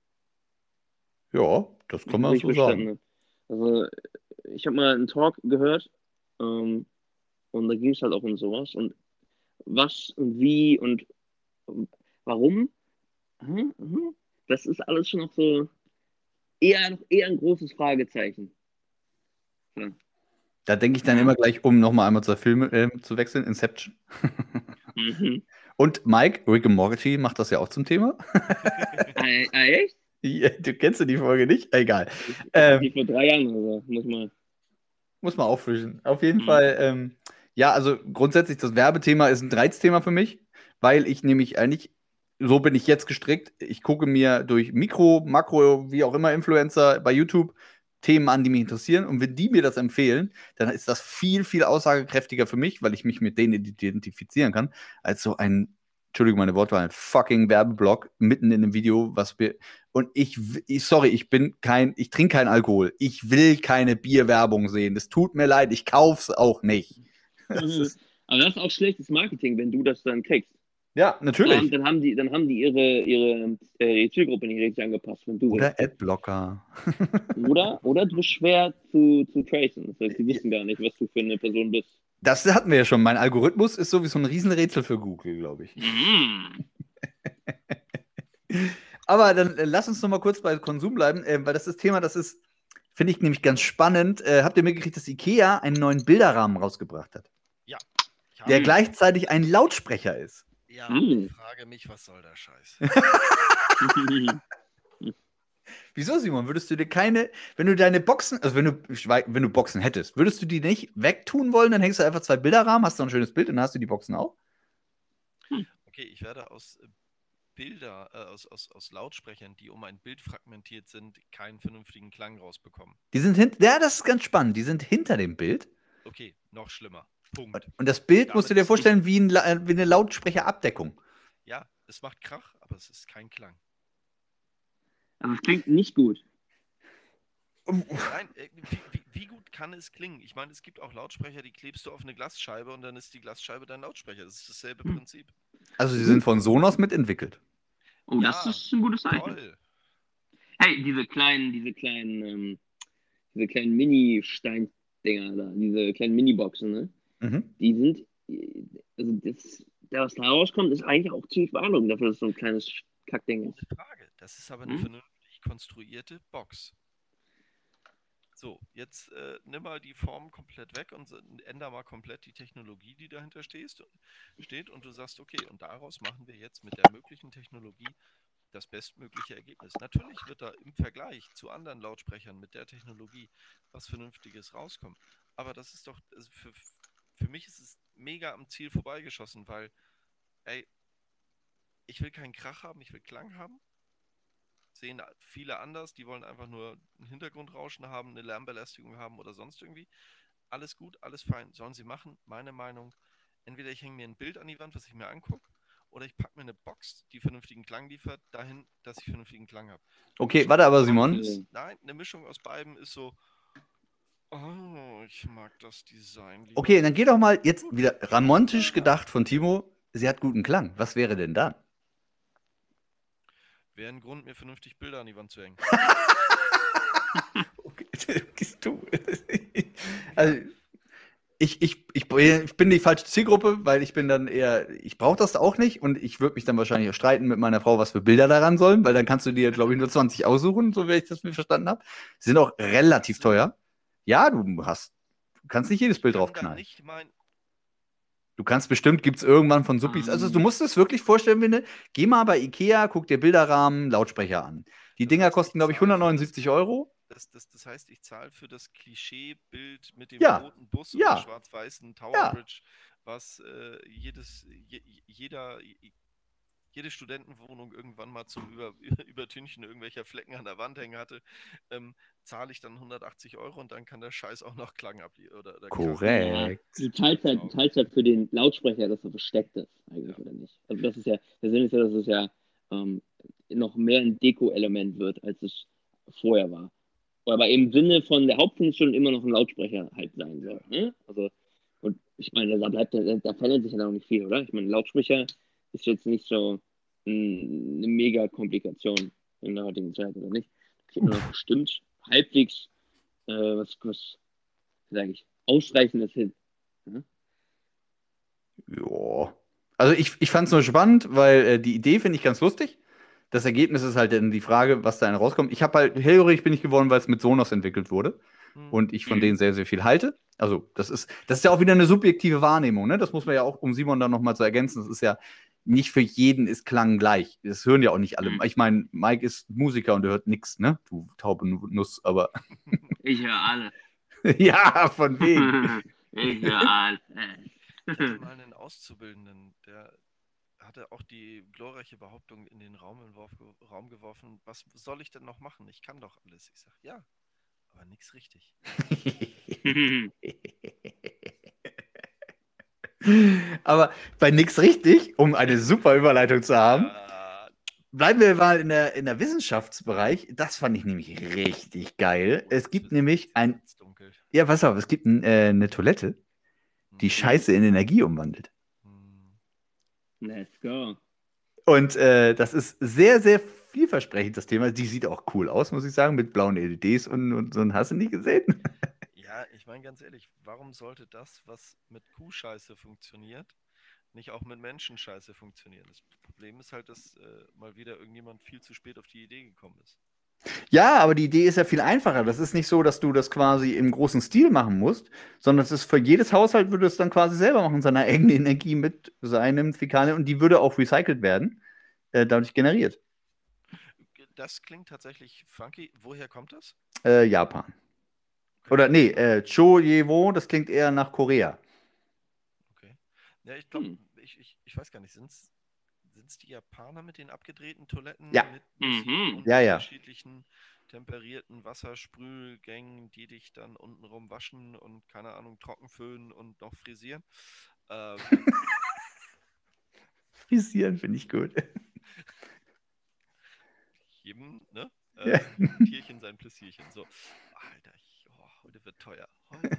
Ja, das kann man Wie ich so verstanden sagen. habe. Also, ich habe mal einen Talk gehört und da ging es halt auch um sowas und was und wie und warum. Das ist alles schon noch so eher ein großes Fragezeichen. Ja. Da denke ich dann immer gleich, um nochmal einmal zur Filme zu wechseln, Inception. Und Mike, Rick and Morty macht das ja auch zum Thema. Echt? Ja, du kennst die Folge nicht? Egal. Die vor 3 Jahren oder so, muss man auffrischen. Auf jeden Fall, ja, also grundsätzlich das Werbethema ist ein Reizthema für mich, weil ich nämlich eigentlich, so bin ich jetzt gestrickt, ich gucke mir durch Mikro, Makro, wie auch immer Influencer bei YouTube Themen an, die mich interessieren. Und wenn die mir das empfehlen, dann ist das viel, viel aussagekräftiger für mich, weil ich mich mit denen identifizieren kann, als so ein, Entschuldigung, meine Wortwahl, ein fucking Werbeblock mitten in einem Video, und ich trinke keinen Alkohol. Ich will keine Bierwerbung sehen. Das tut mir leid, ich kauf's auch nicht. Aber das ist auch schlechtes Marketing, wenn du das dann kriegst. Ja, natürlich. Dann haben die ihre Zielgruppe nicht richtig angepasst. Wenn du Oder Adblocker. Oder du bist schwer zu tracen. Das heißt, die wissen gar nicht, was du für eine Person bist. Das hatten wir ja schon. Mein Algorithmus ist sowieso ein Riesenrätsel für Google, glaube ich. Aber dann lass uns noch mal kurz bei Konsum bleiben, weil das Thema, finde ich nämlich ganz spannend. Habt ihr mitgekriegt, dass IKEA einen neuen Bilderrahmen rausgebracht hat? Ja. Der gleichzeitig ein Lautsprecher ist. Ja, ich frage mich, was soll der Scheiß? Wieso, Simon? Würdest du dir wenn du deine Boxen, also wenn du Boxen hättest, würdest du die nicht wegtun wollen? Dann hängst du einfach 2 Bilderrahmen, hast du ein schönes Bild und dann hast du die Boxen auch? Okay, ich werde aus Bilder, aus Lautsprechern, die um ein Bild fragmentiert sind, keinen vernünftigen Klang rausbekommen. Die sind ja, das ist ganz spannend. Die sind hinter dem Bild. Okay, noch schlimmer. Punkt. Und das Bild musst du dir Damit vorstellen wie eine Lautsprecherabdeckung. Ja, es macht Krach, aber es ist kein Klang. Aber es klingt nicht gut. Nein, wie gut kann es klingen? Ich meine, es gibt auch Lautsprecher, die klebst du auf eine Glasscheibe und dann ist die Glasscheibe dein Lautsprecher. Das ist dasselbe Prinzip. Also sie sind von Sonos mitentwickelt. Oh, das Ja, ist ein gutes Zeichen. Toll. Hey, diese kleinen Mini-Stein-Dinger da, diese kleinen Mini-Boxen, ne? Mhm. Die sind, also was da rauskommt, ist eigentlich auch ziemlich beeindruckend dafür, dass es so ein kleines Kackding ist. Ohne Frage. Das ist aber eine vernünftig konstruierte Box. So, jetzt nimm mal die Form komplett weg und änder mal komplett die Technologie, die dahinter steht und du sagst, okay, und daraus machen wir jetzt mit der möglichen Technologie das bestmögliche Ergebnis. Natürlich wird da im Vergleich zu anderen Lautsprechern mit der Technologie was Vernünftiges rauskommen. Aber das ist doch, also für mich ist es mega am Ziel vorbeigeschossen, weil, ey, ich will keinen Krach haben, ich will Klang haben. Sehen viele anders, die wollen einfach nur ein Hintergrundrauschen haben, eine Lärmbelästigung haben oder sonst irgendwie. Alles gut, alles fein, sollen sie machen. Meine Meinung, entweder ich hänge mir ein Bild an die Wand, was ich mir angucke, oder ich packe mir eine Box, die vernünftigen Klang liefert, dahin, dass ich vernünftigen Klang habe. Okay, warte aber, Simon. Nein, eine Mischung aus beiden ist so, oh, ich mag das Design lieber. Okay, dann geh doch mal jetzt wieder ramontisch gedacht von Timo, sie hat guten Klang. Was wäre denn dann? Wäre ein Grund, mir vernünftig Bilder an die Wand zu hängen. Okay, du. Also, ich bin die falsche Zielgruppe, weil ich bin dann eher, ich brauche das auch nicht und ich würde mich dann wahrscheinlich auch streiten mit meiner Frau, was für Bilder daran sollen, weil dann kannst du dir, glaube ich, nur 20 aussuchen, so wie ich das verstanden habe. Sie sind auch relativ teuer. Ja, du kannst nicht jedes Bild draufknallen. Du kannst bestimmt, gibt es irgendwann von Suppis. Also du musst es wirklich vorstellen, wenn geh mal bei Ikea, guck dir Bilderrahmen, Lautsprecher an. Die Dinger kosten, glaube ich, 179 Euro. Das heißt, ich zahle für das Klischeebild mit dem Ja, roten Bus ja, oder schwarz-weißen Tower Bridge, was jede Studentenwohnung irgendwann mal zum Übertünchen irgendwelcher Flecken an der Wand hängen hatte, zahle ich dann 180 Euro und dann kann der Scheiß auch noch Klang abliefern. Oder Korrekt. Du zahlst halt für den Lautsprecher, dass er versteckt ist, eigentlich, oder nicht? Also das ist ja, der Sinn ist ja, dass es ja noch mehr ein Deko-Element wird, als es vorher war. Aber im Sinne von der Hauptfunktion immer noch ein Lautsprecher halt sein soll. Ne? Also, und ich meine, da verändert sich ja noch nicht viel, oder? Ich meine, Lautsprecher ist jetzt nicht so eine mega Komplikation in der heutigen Zeit, oder nicht? Da kriegt man doch bestimmt halbwegs was sage ich, Ausreichendes hin. Ja? Ja. Also ich fand es nur spannend, weil die Idee finde ich ganz lustig. Das Ergebnis ist halt dann die Frage, was da rauskommt. Ich habe halt, hellhörig bin ich geworden, weil es mit Sonos entwickelt wurde. Und ich von denen sehr, sehr viel halte. Also das ist ja auch wieder eine subjektive Wahrnehmung, ne? Das muss man ja auch, um Simon dann nochmal zu ergänzen, das ist ja, nicht für jeden ist Klang gleich. Das hören ja auch nicht alle. Ich meine, Mike ist Musiker und der hört nichts, ne? Du taube Nuss, aber... Ich höre alle. Ja, von wem? Ich höre alle. Ich hatte mal einen Auszubildenden, der hatte auch die glorreiche Behauptung in den Raum geworfen, was soll ich denn noch machen? Ich kann doch alles. Ich sage, ja, aber nichts richtig. Aber bei nichts richtig, um eine super Überleitung zu haben, bleiben wir mal in der Wissenschaftsbereich. Das fand ich nämlich richtig geil. Es gibt nämlich ja, pass auf, es gibt eine Toilette, die Scheiße in Energie umwandelt. Let's go. Und das ist sehr, sehr vielversprechend, das Thema. Die sieht auch cool aus, muss ich sagen, mit blauen LEDs und so. Hast du nicht gesehen? Ja, ich meine ganz ehrlich, warum sollte das, was mit Kuhscheiße funktioniert, nicht auch mit Menschenscheiße funktionieren? Das Problem ist halt, dass mal wieder irgendjemand viel zu spät auf die Idee gekommen ist. Ja, aber die Idee ist ja viel einfacher. Das ist nicht so, dass du das quasi im großen Stil machen musst, sondern es ist für jedes Haushalt würde es dann quasi selber machen, seine eigene Energie mit seinem Fäkalien und die würde auch recycelt werden, dadurch generiert. Das klingt tatsächlich funky. Woher kommt das? Japan. Oder nee, Choyewo, das klingt eher nach Korea. Okay. Ja, ich glaube, ich weiß gar nicht, sind sind es die Japaner mit den abgedrehten Toiletten Ja. mit Musik und Ja, ja. unterschiedlichen temperierten Wassersprühgängen, die dich dann untenrum waschen und keine Ahnung, trocken föhnen und noch frisieren? Frisieren finde ich gut. Jedem, ne? Ja. Tierchen sein Pläsierchen. So, Alter, heute wird teuer. Heute wird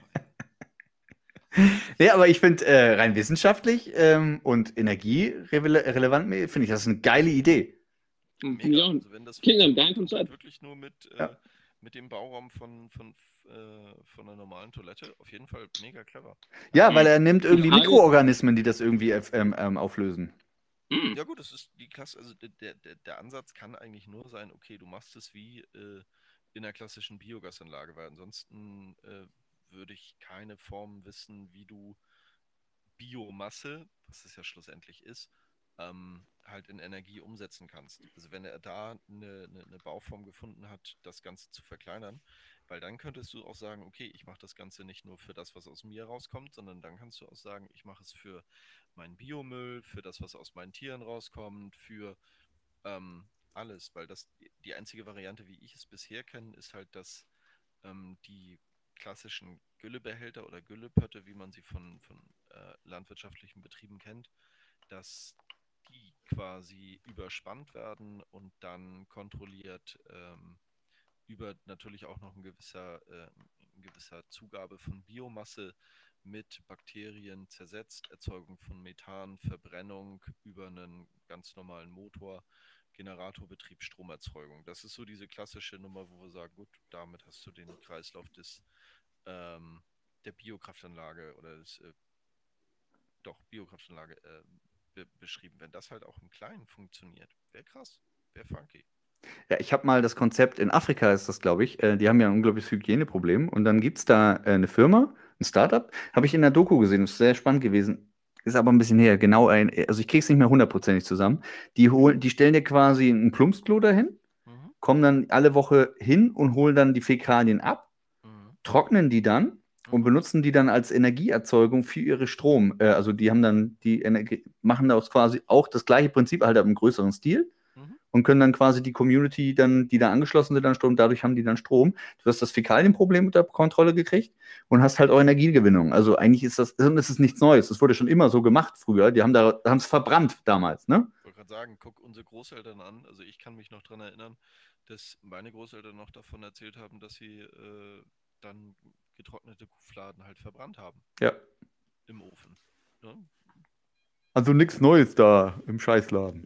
teuer. Ja, aber ich finde rein wissenschaftlich und energierelevant finde ich das eine geile Idee. Finde ich Mega. auch. Also wenn das Klingt nach einem funktioniert geilen und Konzept. wirklich nur mit Ja. dem Bauraum von einer normalen Toilette, auf jeden Fall mega clever. Ja, weil er nimmt irgendwie Frage- Mikroorganismen, die das irgendwie auflösen. Ja gut, das ist die Klasse, also der Ansatz kann eigentlich nur sein, okay, du machst es wie in einer klassischen Biogasanlage, weil ansonsten würde ich keine Form wissen, wie du Biomasse, was es ja schlussendlich ist, halt in Energie umsetzen kannst. Also wenn er da eine Bauform gefunden hat, das Ganze zu verkleinern, weil dann könntest du auch sagen, okay, ich mache das Ganze nicht nur für das, was aus mir rauskommt, sondern dann kannst du auch sagen, ich mache es für meinen Biomüll, für das, was aus meinen Tieren rauskommt, für alles, weil das die einzige Variante, wie ich es bisher kenne, ist halt, dass die klassischen Güllebehälter oder Güllepötte, wie man sie von landwirtschaftlichen Betrieben kennt, dass die quasi überspannt werden und dann kontrolliert über natürlich auch noch ein gewisser Zugabe von Biomasse mit Bakterien zersetzt, Erzeugung von Methan, Verbrennung über einen ganz normalen Motor, Generatorbetrieb, Stromerzeugung. Das ist so diese klassische Nummer, wo wir sagen, gut, damit hast du den Kreislauf der Biokraftanlage oder Biokraftanlage beschrieben. Wenn das halt auch im Kleinen funktioniert, wäre krass, wäre funky. Ja, ich habe mal das Konzept, in Afrika ist das, glaube ich, die haben ja ein unglaubliches Hygieneproblem und dann gibt es da eine Firma, ein Startup, habe ich in der Doku gesehen, das ist sehr spannend gewesen, ist aber ein bisschen her, also ich kriege es nicht mehr hundertprozentig zusammen, die stellen dir quasi ein Plumpsklo dahin, kommen dann alle Woche hin und holen dann die Fäkalien ab, trocknen die dann und benutzen die dann als Energieerzeugung für ihre Strom. Also die haben dann die Energie, machen daraus quasi auch das gleiche Prinzip, halt im größeren Stil und können dann quasi die Community dann, die da angeschlossen sind, dann Strom, dadurch haben die dann Strom. Du hast das Fäkalienproblem unter Kontrolle gekriegt und hast halt auch Energiegewinnung. Also eigentlich ist das ist nichts Neues. Das wurde schon immer so gemacht früher. Die haben es verbrannt damals, ne? Ich wollte gerade sagen, guck unsere Großeltern an. Also ich kann mich noch daran erinnern, dass meine Großeltern noch davon erzählt haben, dass sie dann getrocknete Kuhfladen halt verbrannt haben. Ja. Im Ofen. Ne? Also nichts Neues da im Scheißladen.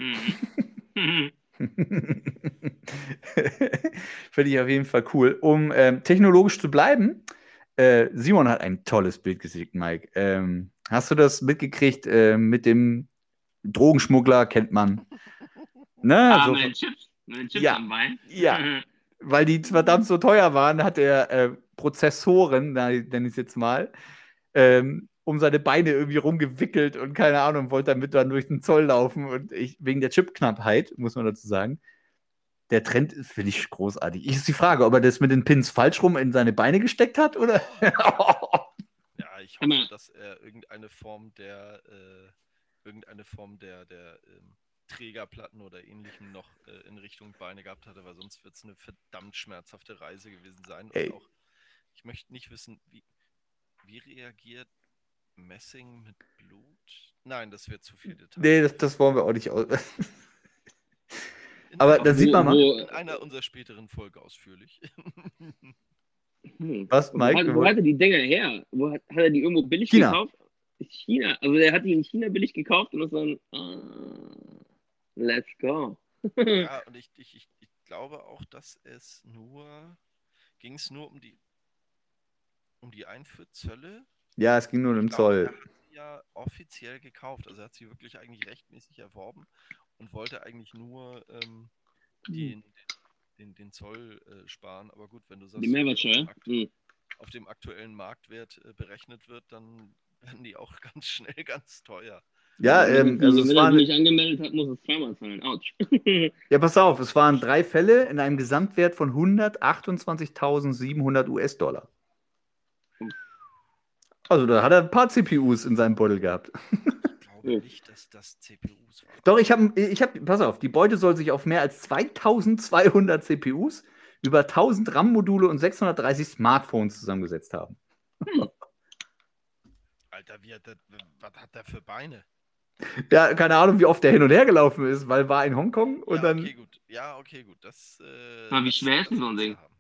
Finde ich auf jeden Fall cool. Um technologisch zu bleiben, Simon hat ein tolles Bild geschickt, Mike. Hast du das mitgekriegt mit dem Drogenschmuggler, kennt man? Ne? So, mit den Chips ja, am Bein. ja, weil die verdammt so teuer waren, hat er Prozessoren, nenne ich es jetzt mal, um seine Beine irgendwie rumgewickelt und keine Ahnung, wollte damit dann durch den Zoll laufen und wegen der Chipknappheit, muss man dazu sagen. Der Trend ist, finde ich, großartig. Ist die Frage, ob er das mit den Pins falsch rum in seine Beine gesteckt hat, oder? Ja, ich hoffe, dass er irgendeine Form der Trägerplatten oder ähnlichem noch in Richtung Beine gehabt hatte, weil sonst wird es eine verdammt schmerzhafte Reise gewesen sein. Und auch, ich möchte nicht wissen, wie reagiert Messing mit Blut? Nein, das wird zu viel Detail. Nee, das wollen wir auch nicht aus. Aber da sieht man mal. In einer unserer späteren Folge ausführlich. Was, Mike? Wo hat er die Dinger her? Hat er die irgendwo billig gekauft? China. Also der hat die in China billig gekauft und ist dann let's go. Ja, und ich glaube auch, dass ging es nur um die Einfuhrzölle. Ja, es ging nur um den Zoll. Er hat sie ja offiziell gekauft, also er hat sie wirklich eigentlich rechtmäßig erworben und wollte eigentlich nur den Zoll sparen. Aber gut, wenn du sagst, die Mehrwertsteuer auf dem aktuellen Marktwert berechnet wird, dann werden die auch ganz schnell ganz teuer. Ja, also es wenn waren, er nicht angemeldet hat, muss es zweimal zahlen. Autsch. ja, pass auf, es waren 3 Fälle in einem Gesamtwert von 128.700 US-Dollar. Also da hat er ein paar CPUs in seinem Beutel gehabt. Ich Ja. nicht, dass das CPUs waren. Doch, pass auf, die Beute soll sich auf mehr als 2200 CPUs, über 1000 RAM-Module und 630 Smartphones zusammengesetzt haben. Alter, was hat der für Beine? Ja, keine Ahnung, wie oft der hin und her gelaufen ist, weil war in Hongkong und Ja, dann. okay, gut. Ja, okay, gut. Das, Aber wie schwer ist denn so ein willst du Ding? haben.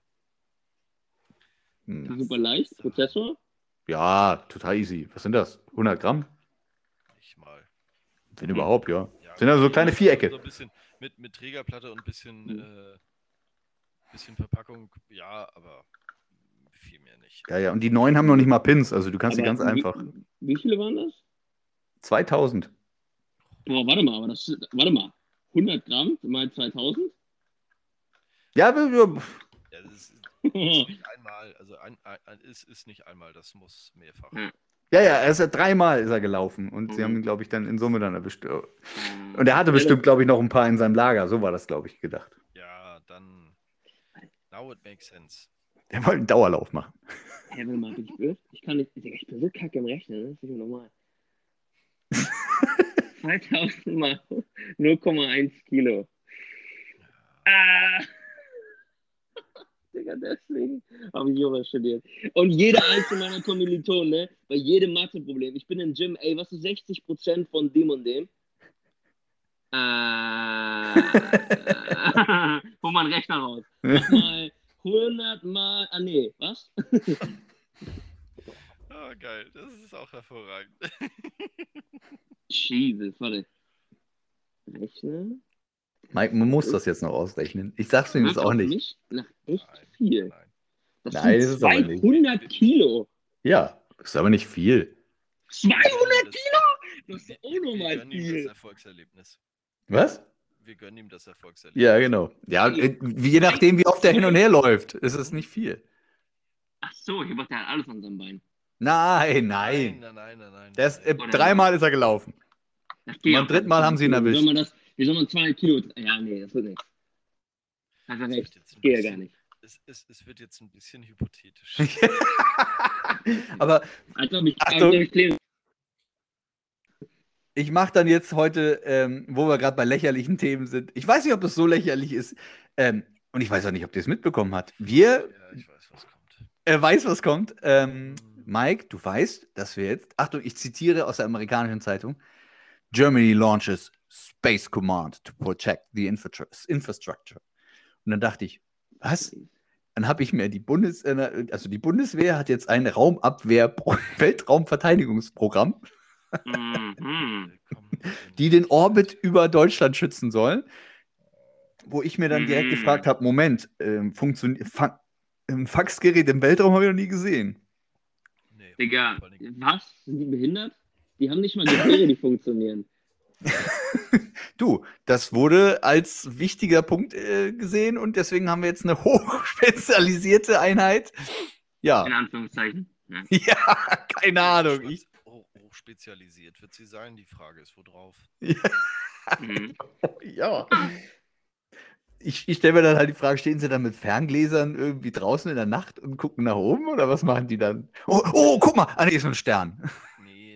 Hm. Super leicht, Prozessor. Ja, total easy. Was sind das? 100 Gramm? Nicht mal. Wenn überhaupt, ja. Ja, Sind ja so okay, kleine also Vierecke. So ein bisschen mit Trägerplatte und ein bisschen Verpackung, ja, aber viel mehr nicht. Ja, ja. Und die neuen haben noch nicht mal Pins, also du kannst die Aber ganz einfach. Wie viele waren das? 2000. Boah, warte mal. 100 Gramm mal 2000? Ja, Ja, das ist nicht einmal, also ist nicht einmal, das muss mehrfach. ja, er ist ja dreimal ist er gelaufen und sie haben ihn, glaube ich, dann in Summe dann erwischt. Und er hatte bestimmt, glaube ich, noch ein paar in seinem Lager. So war das, glaube ich, gedacht. Ja, dann. Now it makes sense. Der wollte einen Dauerlauf machen. Hä, warte mal, bin ich blöd? Ich kann nicht. Ich bin so kacke im Rechnen, ne? Das ist nicht mehr normal. 2000 mal 0,1 Kilo. Ah! Digga, deswegen habe ich Jura studiert. Und jeder einzelne meiner Kommilitonen, ne? Bei jedem Matheproblem. Ich bin im Gym, ey, was ist 60% von dem und dem? Hol mal einen Rechner raus. Mach mal 100 mal. Ah, nee, was? Ah, geil, das ist auch hervorragend. Jesus, warte. Rechnen? Mike, man muss das jetzt noch ausrechnen. Ich sag's mir jetzt auch nicht. Mich nach echt viel. Nein. Das Nein, sind ist es aber nicht. 200 Kilo. Ja, ist aber nicht viel. 200 Kilo? Das ist Wir auch nochmal gönnen ihm das viel. Erfolgserlebnis. Was? Wir gönnen ihm das Erfolgserlebnis. Ja, genau. Ja, je nachdem, wie oft der hin und her läuft, ist es nicht viel. Ach so, ich dachte, der hat alles an seinem Bein. Nein. Nein. Der ist, dreimal ist er gelaufen. Beim dritten Mal haben sie ihn erwischt. Wie soll man 200 Kilo? Ja, nee, das wird nichts. Hat er recht. Das geht ja gar nicht. Es wird jetzt ein bisschen hypothetisch. Aber Achtung. Ich ich mache dann jetzt heute, wo wir gerade bei lächerlichen Themen sind. Ich weiß nicht, ob es so lächerlich ist. Und ich weiß auch nicht, ob ihr es mitbekommen habt. Ja, ich weiß, was kommt. Weiß, was kommt. Mike, du weißt, dass wir jetzt, Achtung, ich zitiere aus der amerikanischen Zeitung, Germany launches Space Command to protect the infrastructure. Und dann dachte ich, was? Dann habe ich mir die Bundeswehr hat jetzt ein Weltraumverteidigungsprogramm, die den Orbit über Deutschland schützen sollen, wo ich mir dann direkt gefragt habe, Moment, ein Faxgerät im Weltraum habe ich noch nie gesehen. Nee, Digga, was? Sind die behindert? Die haben nicht mal Gewehre, die funktionieren. Du, das wurde als wichtiger Punkt gesehen und deswegen haben wir jetzt eine hochspezialisierte Einheit. Ja. In Anführungszeichen. Ja, keine Ahnung. Hochspezialisiert wird sie sein, die Frage ist, wo drauf. Ja. Ich stelle mir dann halt die Frage, stehen sie dann mit Ferngläsern irgendwie draußen in der Nacht und gucken nach oben oder was machen die dann? Oh, guck mal, nee, ist so ein Stern. Nee.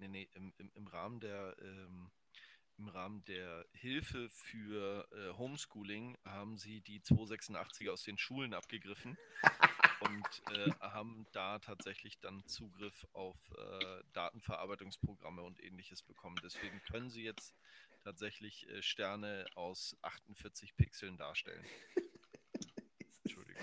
Im Rahmen der Hilfe für Homeschooling haben sie die 286er aus den Schulen abgegriffen und haben da tatsächlich dann Zugriff auf Datenverarbeitungsprogramme und ähnliches bekommen. Deswegen können sie jetzt tatsächlich Sterne aus 48 Pixeln darstellen. Entschuldigung.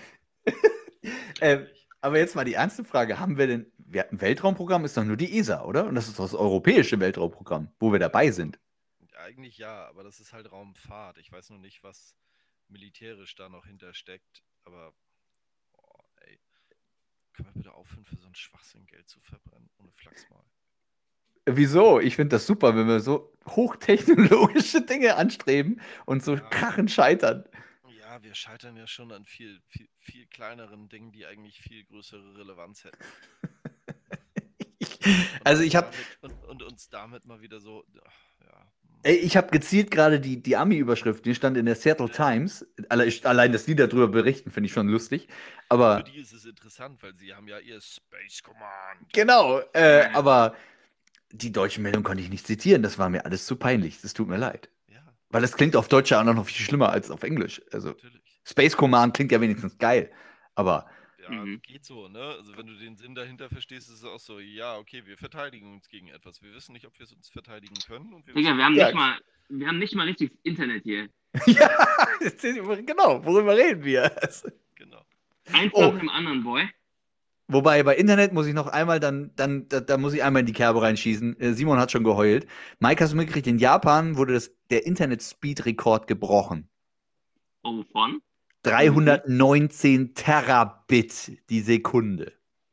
Aber jetzt mal die ernste Frage, haben wir denn, ein Weltraumprogramm ist doch nur die ESA, oder? Und das ist das europäische Weltraumprogramm, wo wir dabei sind. Eigentlich ja, aber das ist halt Raumfahrt. Ich weiß noch nicht, was militärisch da noch hintersteckt, aber ey, können wir bitte aufhören, für so einen Schwachsinn Geld zu verbrennen? Ohne Flachs mal. Wieso? Ich finde das super, wenn wir so hochtechnologische Dinge anstreben und so krachend scheitern. Ja, wir scheitern ja schon an viel kleineren Dingen, die eigentlich viel größere Relevanz hätten. Und uns damit mal wieder so, ja. Ey, ich habe gezielt gerade die Ami-Überschrift, die stand in der Seattle Times. Allein, dass die darüber berichten, finde ich schon lustig. Aber für die ist es interessant, weil sie haben ja ihr Space Command. genau, aber die deutsche Meldung konnte ich nicht zitieren. Das war mir alles zu peinlich. Das tut mir leid. Ja, Weil das klingt auf Deutsch ja auch noch viel schlimmer als auf Englisch. Also natürlich. Space Command klingt ja wenigstens geil. Aber Ja, geht so, ne? Also wenn du den Sinn dahinter verstehst, ist es auch so, ja, okay, wir verteidigen uns gegen etwas. Wir wissen nicht, ob wir es uns verteidigen können. Und wir Digga, wissen, wir haben nicht mal richtiges Internet hier. ja, genau, worüber reden wir? genau. Eins nach dem anderen, Boy. Wobei, bei Internet muss ich noch einmal da muss ich einmal in die Kerbe reinschießen. Simon hat schon geheult. Mike, hast du mitgekriegt, in Japan wurde der Internet-Speed-Rekord gebrochen. Oh, von? 319 Terabit die Sekunde.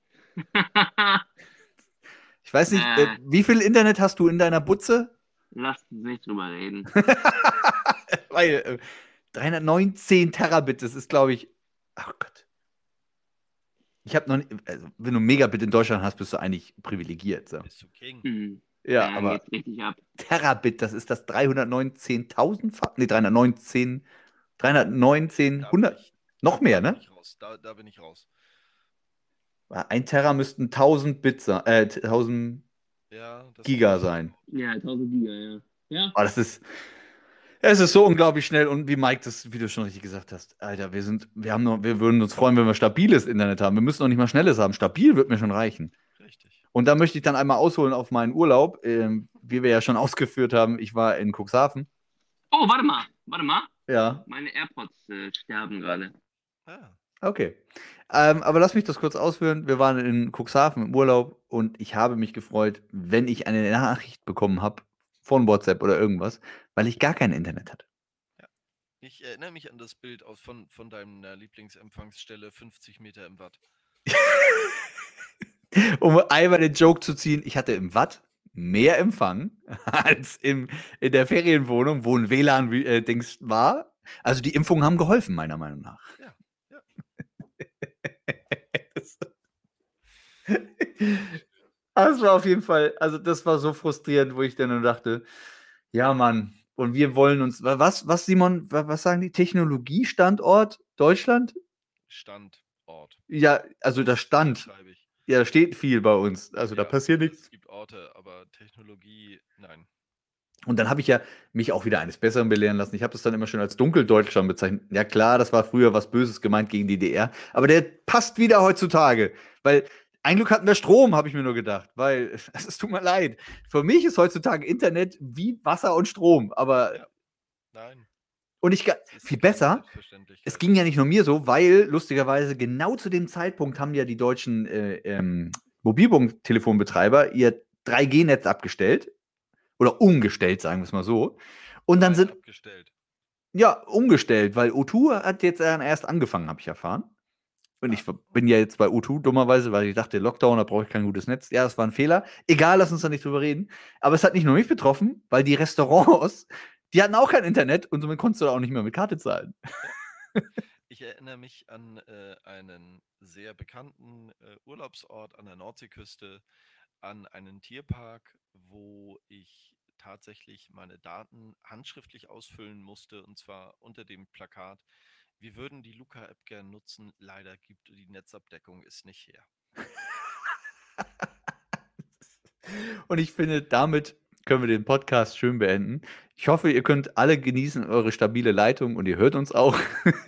Ich weiß nicht, wie viel Internet hast du in deiner Butze? Lasst uns nicht drüber reden. Weil 319 Terabit, das ist, glaube ich, ach Gott. Ich habe noch nicht, also, wenn du Megabit in Deutschland hast, bist du eigentlich privilegiert. So. Bist du King. Ja, aber geht's richtig ab. Terabit, das ist das 319.000-fach? Nee, 319, noch mehr, ne? Da bin ich raus. 1 Terra müssten 1000 Bit sein, 1000 Giga sein. Ja, 1000 Giga, ja. Ja. Aber es ist so unglaublich schnell und wie Mike das, wie du schon richtig gesagt hast, Alter, wir würden uns freuen, wenn wir stabiles Internet haben. Wir müssen noch nicht mal schnelles haben. Stabil wird mir schon reichen. Richtig. Und da möchte ich dann einmal ausholen auf meinen Urlaub, wie wir ja schon ausgeführt haben. Ich war in Cuxhaven. Oh, warte mal. Ja. Meine AirPods sterben gerade. Okay. Aber lass mich das kurz ausführen. Wir waren in Cuxhaven im Urlaub und ich habe mich gefreut, wenn ich eine Nachricht bekommen habe von WhatsApp oder irgendwas, weil ich gar kein Internet hatte. Ja. Ich erinnere mich an das Bild von deiner Lieblingsempfangsstelle 50 Meter im Watt. Um einmal den Joke zu ziehen, ich hatte im Watt mehr Empfang als in der Ferienwohnung, wo ein WLAN-Dings war. Also die Impfungen haben geholfen, meiner Meinung nach. Ja. Das war auf jeden Fall, also das war so frustrierend, wo ich dann nur dachte, ja Mann, und wir wollen uns, was Simon, was sagen die, Technologiestandort Deutschland? Standort. Ja, also da stand, ja, da steht viel bei uns, also da passiert nichts. Es gibt Orte, aber Technologie, nein. Und dann habe ich ja mich auch wieder eines Besseren belehren lassen. Ich habe das dann immer schön als Dunkeldeutschland bezeichnet. Ja klar, das war früher was Böses gemeint gegen die DDR, aber der passt wieder heutzutage, weil ein Glück hatten wir Strom, habe ich mir nur gedacht, weil es tut mir leid. Für mich ist heutzutage Internet wie Wasser und Strom, aber ja. Nein. Und viel besser, es ging ja nicht nur mir so, weil lustigerweise genau zu dem Zeitpunkt haben ja die deutschen Mobilfunktelefonbetreiber ihr 3G-Netz abgestellt. Oder umgestellt, sagen wir es mal so. Und dann abgestellt. Ja, umgestellt, weil O2 hat jetzt erst angefangen, habe ich erfahren. Und ich bin ja jetzt bei O2 dummerweise, weil ich dachte, Lockdown, da brauche ich kein gutes Netz. Ja, das war ein Fehler. Egal, lass uns da nicht drüber reden. Aber es hat nicht nur mich betroffen, weil die Restaurants, die hatten auch kein Internet und somit konntest du auch nicht mehr mit Karte zahlen. Ich erinnere mich an einen sehr bekannten Urlaubsort an der Nordseeküste, an einen Tierpark, wo ich tatsächlich meine Daten handschriftlich ausfüllen musste, und zwar unter dem Plakat: Wir würden die Luca-App gern nutzen, leider gibt die Netzabdeckung es nicht her. Und ich finde, damit können wir den Podcast schön beenden. Ich hoffe, ihr könnt alle genießen eure stabile Leitung und ihr hört uns auch.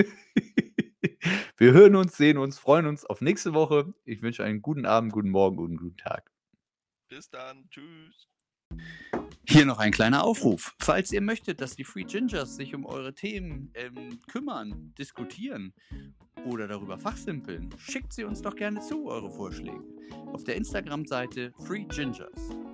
Wir hören uns, sehen uns, freuen uns auf nächste Woche. Ich wünsche einen guten Abend, guten Morgen und guten Tag. Bis dann, tschüss. Hier noch ein kleiner Aufruf. Falls ihr möchtet, dass die Free Gingers sich um eure Themen kümmern, diskutieren oder darüber fachsimpeln, schickt sie uns doch gerne zu, eure Vorschläge. Auf der Instagram-Seite Free Gingers.